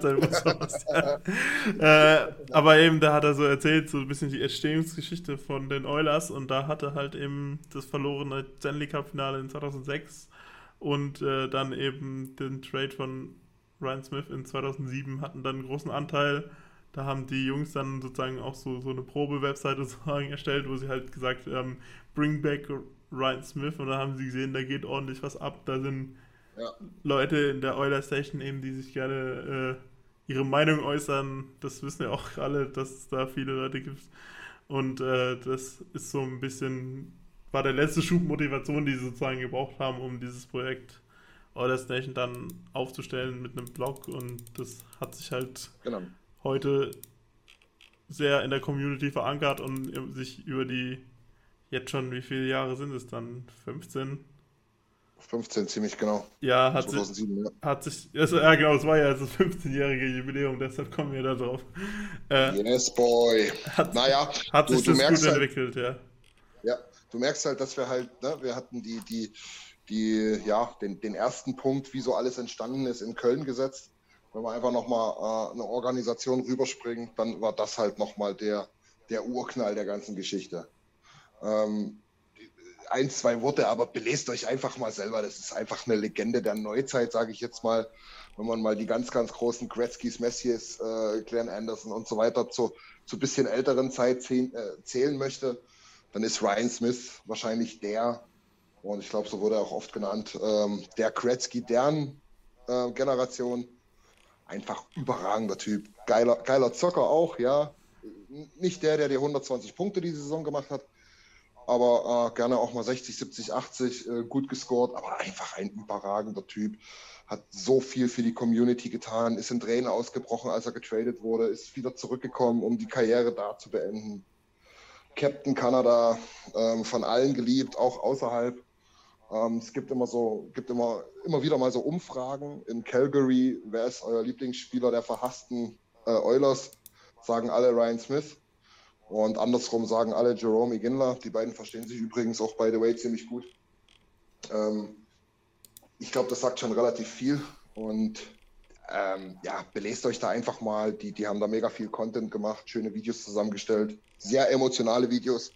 Aber eben, da hat er so erzählt, so ein bisschen die Entstehungsgeschichte von den Oilers und da hatte halt eben das verlorene Stanley Cup-Finale in 2006 und dann eben den Trade von Ryan Smith in 2007 hatten dann einen großen Anteil. Da haben die Jungs dann sozusagen auch so eine Probe-Webseite sozusagen erstellt, wo sie halt gesagt haben, bring back Ryan Smith und da haben sie gesehen, da geht ordentlich was ab. Da sind Leute in der Oilers Station eben, die sich gerne ihre Meinung äußern. Das wissen ja auch alle, dass es da viele Leute gibt. Und das ist so ein bisschen, war der letzte Schub Motivation, die sie sozusagen gebraucht haben, um dieses Projekt Oilers Nation dann aufzustellen mit einem Blog und das hat sich halt heute sehr in der Community verankert und sich über die, jetzt schon, wie viele Jahre sind es dann? 15? 15, ziemlich genau. Ja, 2007, ja genau, es war ja das 15-jährige Jubiläum, deshalb kommen wir da drauf. Yes, boy. Hat sich das gut entwickelt, ja. Ja, du merkst halt, dass wir halt, wir hatten den ersten Punkt, wie so alles entstanden ist, in Köln gesetzt. Wenn wir einfach nochmal eine Organisation rüberspringen, dann war das halt nochmal der Urknall der ganzen Geschichte. 1, 2 Worte, aber belest euch einfach mal selber. Das ist einfach eine Legende der Neuzeit, sage ich jetzt mal. Wenn man mal die ganz, ganz großen Gretzkys, Messiers, Glenn Anderson und so weiter zu bisschen älteren Zeit zählen möchte, dann ist Ryan Smith wahrscheinlich der, und ich glaube, so wurde er auch oft genannt, der Gretzky deren Generation. Einfach überragender Typ. Geiler Zocker auch, ja. Nicht der die 120 Punkte die Saison gemacht hat, aber gerne auch mal 60, 70, 80 gut gescored, aber einfach ein überragender Typ. Hat so viel für die Community getan, ist in Tränen ausgebrochen, als er getradet wurde, ist wieder zurückgekommen, um die Karriere da zu beenden. Captain Kanada, von allen geliebt, auch außerhalb. Es gibt immer wieder mal so Umfragen in Calgary, wer ist euer Lieblingsspieler der verhassten Oilers, sagen alle Ryan Smith und andersrum sagen alle Jerome Iginla. Die beiden verstehen sich übrigens auch, by the way, ziemlich gut. Ich glaube, das sagt schon relativ viel und belest euch da einfach mal. Die haben da mega viel Content gemacht, schöne Videos zusammengestellt, sehr emotionale Videos.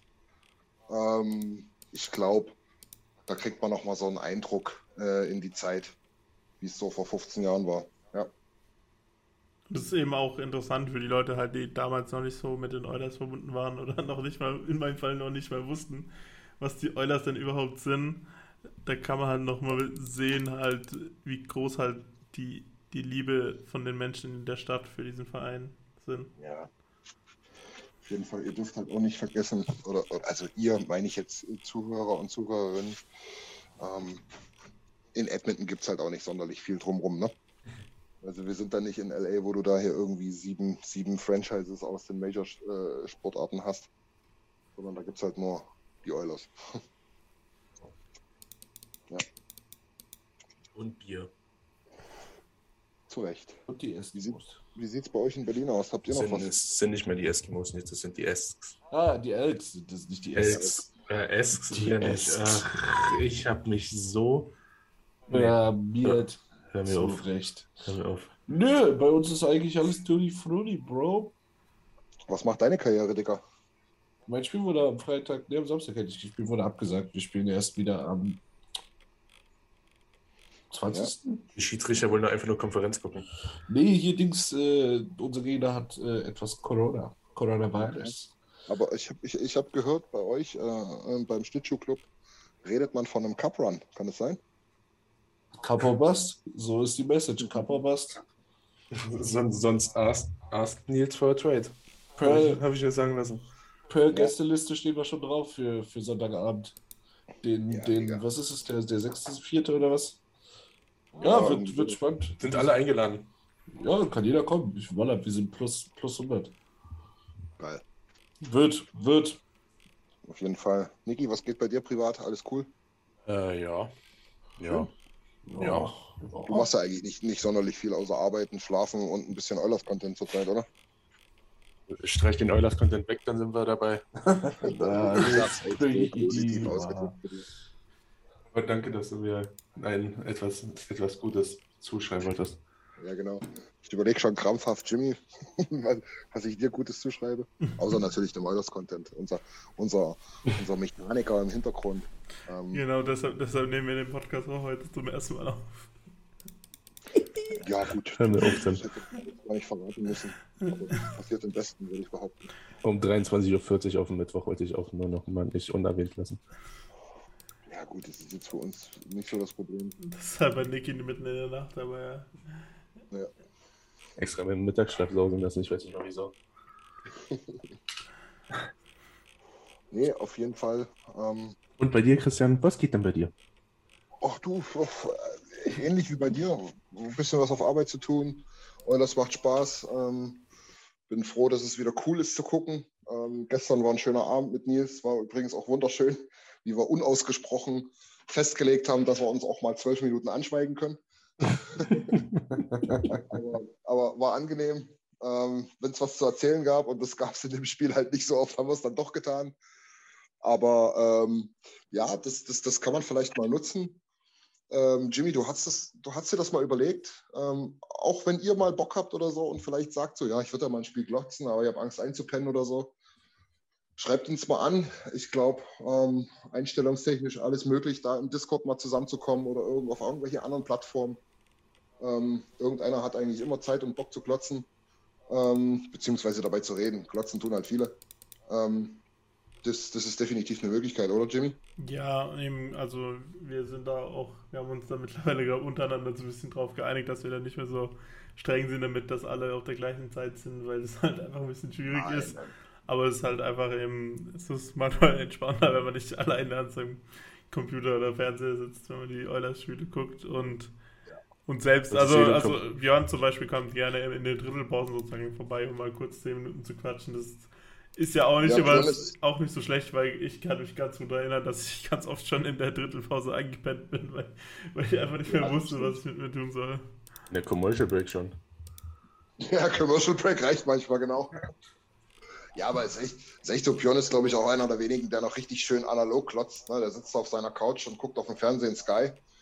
Ich glaube, da kriegt man nochmal so einen Eindruck in die Zeit, wie es so vor 15 Jahren war. Ja. Das ist eben auch interessant für die Leute halt, die damals noch nicht so mit den Oilers verbunden waren oder noch nicht mal, in meinem Fall noch nicht mal wussten, was die Oilers denn überhaupt sind. Da kann man halt nochmal sehen, halt, wie groß halt die Liebe von den Menschen in der Stadt für diesen Verein sind. Ja. Auf jeden Fall, ihr dürft halt auch nicht vergessen, also ihr, meine ich jetzt Zuhörer und Zuhörerinnen, in Edmonton gibt es halt auch nicht sonderlich viel drumrum, ne? Also wir sind da nicht in LA, wo du da hier irgendwie sieben Franchises aus den Major-Sportarten hast, sondern da gibt es halt nur die Oilers. Ja. Und Bier. Zu Recht. Und die Eskimos. Wie sieht es bei euch in Berlin aus? Habt ihr noch was? Es sind nicht mehr die Eskimos, nicht, das sind die Esks. Ah, die Elks. Das sind nicht die Esks. Esks. Die Esks. Ach, ich hab mich so blamiert. Hör mir auf. Recht. Hör mir auf. Nö, bei uns ist eigentlich alles Tutti Frutti, Bro. Was macht deine Karriere, Digga? Mein Spiel wurde am Freitag, am Samstag hätte ich gespielt, wurde abgesagt. Wir spielen erst wieder am 20. Ja. Die Schiedsrichter wollen einfach nur Konferenz gucken. Nee, hier Dings, unser Gegner hat etwas Coronavirus. Aber ich hab gehört, bei euch beim Schlittschuhclub redet man von einem Cup Run. Kann das sein? Cup or Bust, so ist die Message. Cup or Bust. Sonst ask Nils for a trade. Habe ich mir sagen lassen. Per Gästeliste stehen wir schon drauf für Sonntagabend. Was ist es, der 6.4. oder was? Ja, wird spannend. Sind alle eingeladen. Ja, kann jeder kommen. Wir sind plus 100. Geil. Wird. Auf jeden Fall. Niki, was geht bei dir privat? Alles cool? Ja. Du machst ja eigentlich nicht sonderlich viel außer arbeiten, schlafen und ein bisschen Oilers-Content zurzeit, oder? Streich den Oilers-Content weg, dann sind wir dabei. Positiv ausgedrückt. Aber danke, dass du mir etwas Gutes zuschreiben wolltest. Ja, genau. Ich überlege schon krampfhaft, Jimmy, was ich dir Gutes zuschreibe. Außer natürlich dem Oilers-Content. Unser Mechaniker im Hintergrund. Genau, deshalb nehmen wir den Podcast auch heute zum ersten Mal auf. Ja, gut. Hören wir auf, dann. Das hätte ich gar nicht verraten müssen. Aber das passiert am besten, würde ich behaupten. Um 23.40 Uhr auf dem Mittwoch wollte ich auch nur noch mal nicht unerwähnt lassen. Ja, gut, das ist jetzt für uns nicht so das Problem. Das ist halt bei Niki mitten in der Nacht, aber ja. Extra mit dem Mittagsschlaf saugen lassen, ich weiß nicht noch wieso. Nee, auf jeden Fall. Und bei dir, Christian, was geht denn bei dir? Ach du, ähnlich wie bei dir. Ein bisschen was auf Arbeit zu tun. Und das macht Spaß. Bin froh, dass es wieder cool ist zu gucken. Gestern war ein schöner Abend mit Nils. War übrigens auch wunderschön, wie wir unausgesprochen festgelegt haben, dass wir uns auch mal 12 Minuten anschweigen können. aber war angenehm. Wenn es was zu erzählen gab, und das gab es in dem Spiel halt nicht so oft, haben wir es dann doch getan. Aber das kann man vielleicht mal nutzen. Jimmy, du hast dir das mal überlegt, auch wenn ihr mal Bock habt oder so und vielleicht sagt so, ja, ich würde ja mal ein Spiel glotzen, aber ich habe Angst einzupennen oder so. Schreibt uns mal an. Ich glaube, einstellungstechnisch alles möglich, da im Discord mal zusammenzukommen oder auf irgendwelche anderen Plattformen. Irgendeiner hat eigentlich immer Zeit und Bock zu glotzen, beziehungsweise dabei zu reden. Glotzen tun halt viele. Das ist definitiv eine Möglichkeit, oder Jimmy? Ja, eben, also wir haben uns da mittlerweile gerade untereinander so ein bisschen drauf geeinigt, dass wir dann nicht mehr so streng sind damit, dass alle auf der gleichen Zeit sind, weil es halt einfach ein bisschen schwierig ist. Nein. Aber es ist halt einfach eben, es ist manchmal entspannter, wenn man nicht alleine an seinem Computer oder Fernseher sitzt, wenn man die Oilers-Spiele guckt und selbst, also Björn zum Beispiel kommt gerne in den Drittelpausen sozusagen vorbei, um mal kurz 10 Minuten zu quatschen. Das ist ja auch nicht, auch nicht so schlecht, weil ich kann mich ganz gut erinnern, dass ich ganz oft schon in der Drittelpause eingepennt bin, weil ich einfach nicht mehr wusste, was ich mit mir tun soll. In der Commercial Break schon. Ja, Commercial Break reicht manchmal, genau. Ja, aber es ist echt so, Björn ist, glaube ich, auch einer der wenigen, der noch richtig schön analog klotzt. Ne? Der sitzt auf seiner Couch und guckt auf dem Fernsehen Sky.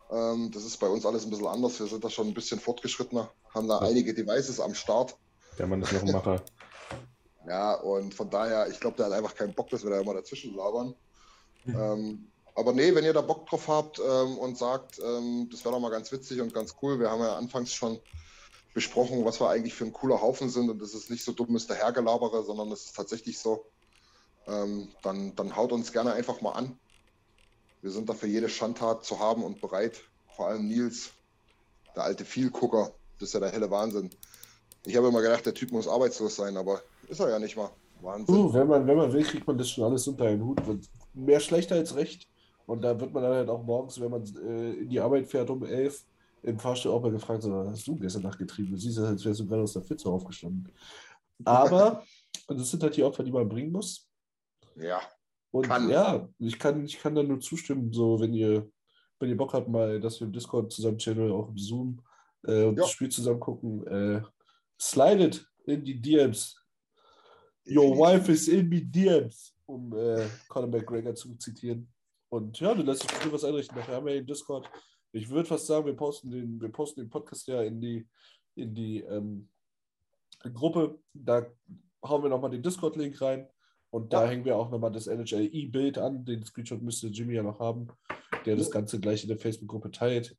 Das ist bei uns alles ein bisschen anders. Wir sind da schon ein bisschen fortgeschrittener, haben da einige Devices am Start. Der Mann ist noch ein Macher. Ja, und von daher, ich glaube, der hat einfach keinen Bock, dass wir da immer dazwischen labern. Aber nee, wenn ihr da Bock drauf habt und sagt, das wäre doch mal ganz witzig und ganz cool. Wir haben ja anfangs schon besprochen, was wir eigentlich für ein cooler Haufen sind und das ist nicht so dummes Dahergelabere, sondern das ist tatsächlich so. Dann haut uns gerne einfach mal an. Wir sind da für jede Schandtat zu haben und bereit. Vor allem Nils, der alte Vielgucker, das ist ja der helle Wahnsinn. Ich habe immer gedacht, der Typ muss arbeitslos sein, aber ist er ja nicht mal. Wahnsinn. Wenn man will, kriegt man das schon alles unter einen Hut. Mehr schlechter als recht. Und da wird man dann halt auch morgens, wenn man in die Arbeit fährt um 11, im Fahrstuhl auch mal gefragt, so, was hast du gestern Nacht getrieben? Du siehst, als wärst du gerade aus der Pfütze aufgestanden. Aber das sind halt die Opfer, die man bringen muss. Ja. Und ja, ich kann da nur zustimmen, so wenn ihr Bock habt, mal, dass wir im Discord zusammen channeln, auch im Zoom und das Spiel zusammen gucken, slidet in die DMs. Your wife is in me DMs, um Conor McGregor zu zitieren. Und ja, du lässt dich bestimmt was einrichten. Dafür haben wir ja den Discord. Ich würde fast sagen, wir posten den Podcast ja in die Gruppe. Da hauen wir nochmal den Discord-Link rein. Und da hängen wir auch nochmal das NHL-E-Bild an. Den Screenshot müsste Jimmy ja noch haben, der das Ganze gleich in der Facebook-Gruppe teilt.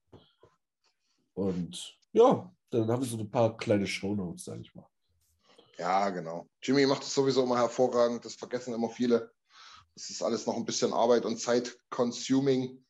Und ja, dann haben wir so ein paar kleine Shownotes, sage ich mal. Ja, genau. Jimmy macht es sowieso immer hervorragend. Das vergessen immer viele. Das ist alles noch ein bisschen Arbeit und Zeit-consuming.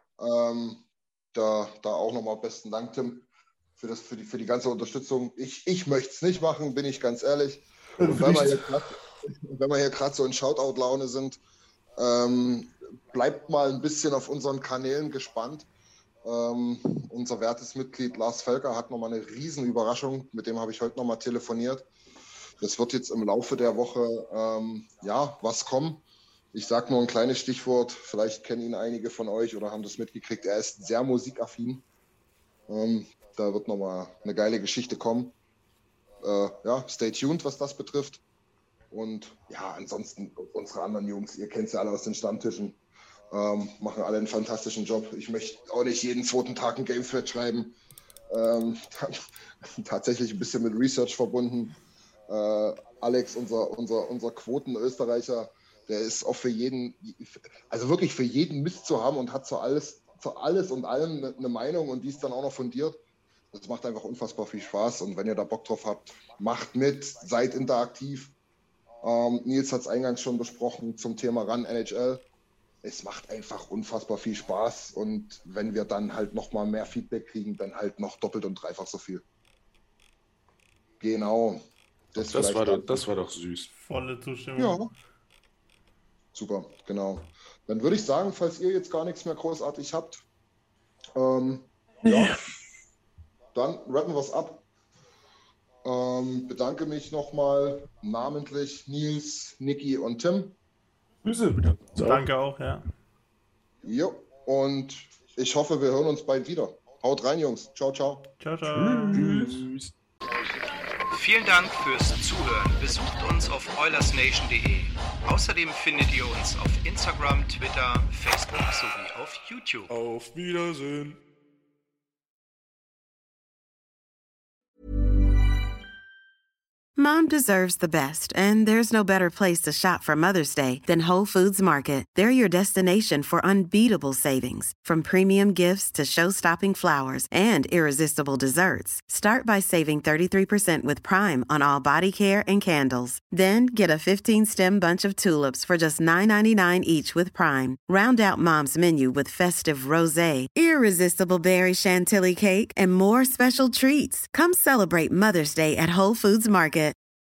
Da auch nochmal besten Dank, Tim, für die ganze Unterstützung. Ich möchte es nicht machen, bin ich ganz ehrlich. Und wenn wir hier gerade so in Shoutout-Laune sind, bleibt mal ein bisschen auf unseren Kanälen gespannt. Unser wertes Mitglied Lars Völker hat nochmal eine riesen Überraschung. Mit dem habe ich heute nochmal telefoniert. Das wird jetzt im Laufe der Woche was kommen. Ich sage nur ein kleines Stichwort. Vielleicht kennen ihn einige von euch oder haben das mitgekriegt. Er ist sehr musikaffin. Da wird nochmal eine geile Geschichte kommen. Stay tuned, was das betrifft. Und ja, ansonsten unsere anderen Jungs, ihr kennt sie alle aus den Stammtischen, machen alle einen fantastischen Job. Ich möchte auch nicht jeden zweiten Tag ein Game-Thread schreiben. Tatsächlich ein bisschen mit Research verbunden. Alex, unser Quoten-Österreicher, der ist auch für jeden, also wirklich für jeden Mist zu haben und hat zu alles und allem eine Meinung und die ist dann auch noch fundiert. Das macht einfach unfassbar viel Spaß und wenn ihr da Bock drauf habt, macht mit, seid interaktiv. Nils hat es eingangs schon besprochen zum Thema Run NHL. Es macht einfach unfassbar viel Spaß und wenn wir dann halt nochmal mehr Feedback kriegen, dann halt noch doppelt und dreifach so viel. Genau. Das war doch süß. Volle Zustimmung. Ja. Super, genau. Dann würde ich sagen, falls ihr jetzt gar nichts mehr großartig habt, dann rappen wir es ab. Bedanke mich nochmal namentlich Nils, Niki und Tim. Grüße. Danke auch, ja. Jo, und ich hoffe, wir hören uns bald wieder. Haut rein, Jungs. Ciao, ciao. Ciao, ciao. Tschüss. Vielen Dank fürs Zuhören. Besucht uns auf OilersNation.de. Außerdem findet ihr uns auf Instagram, Twitter, Facebook sowie auf YouTube. Auf Wiedersehen. Mom deserves the best, and there's no better place to shop for Mother's Day than Whole Foods Market. They're your destination for unbeatable savings, from premium gifts to show-stopping flowers and irresistible desserts. Start by saving 33% with Prime on all body care and candles. Then get a 15-stem bunch of tulips for just $9.99 each with Prime. Round out Mom's menu with festive rosé, irresistible berry chantilly cake, and more special treats. Come celebrate Mother's Day at Whole Foods Market.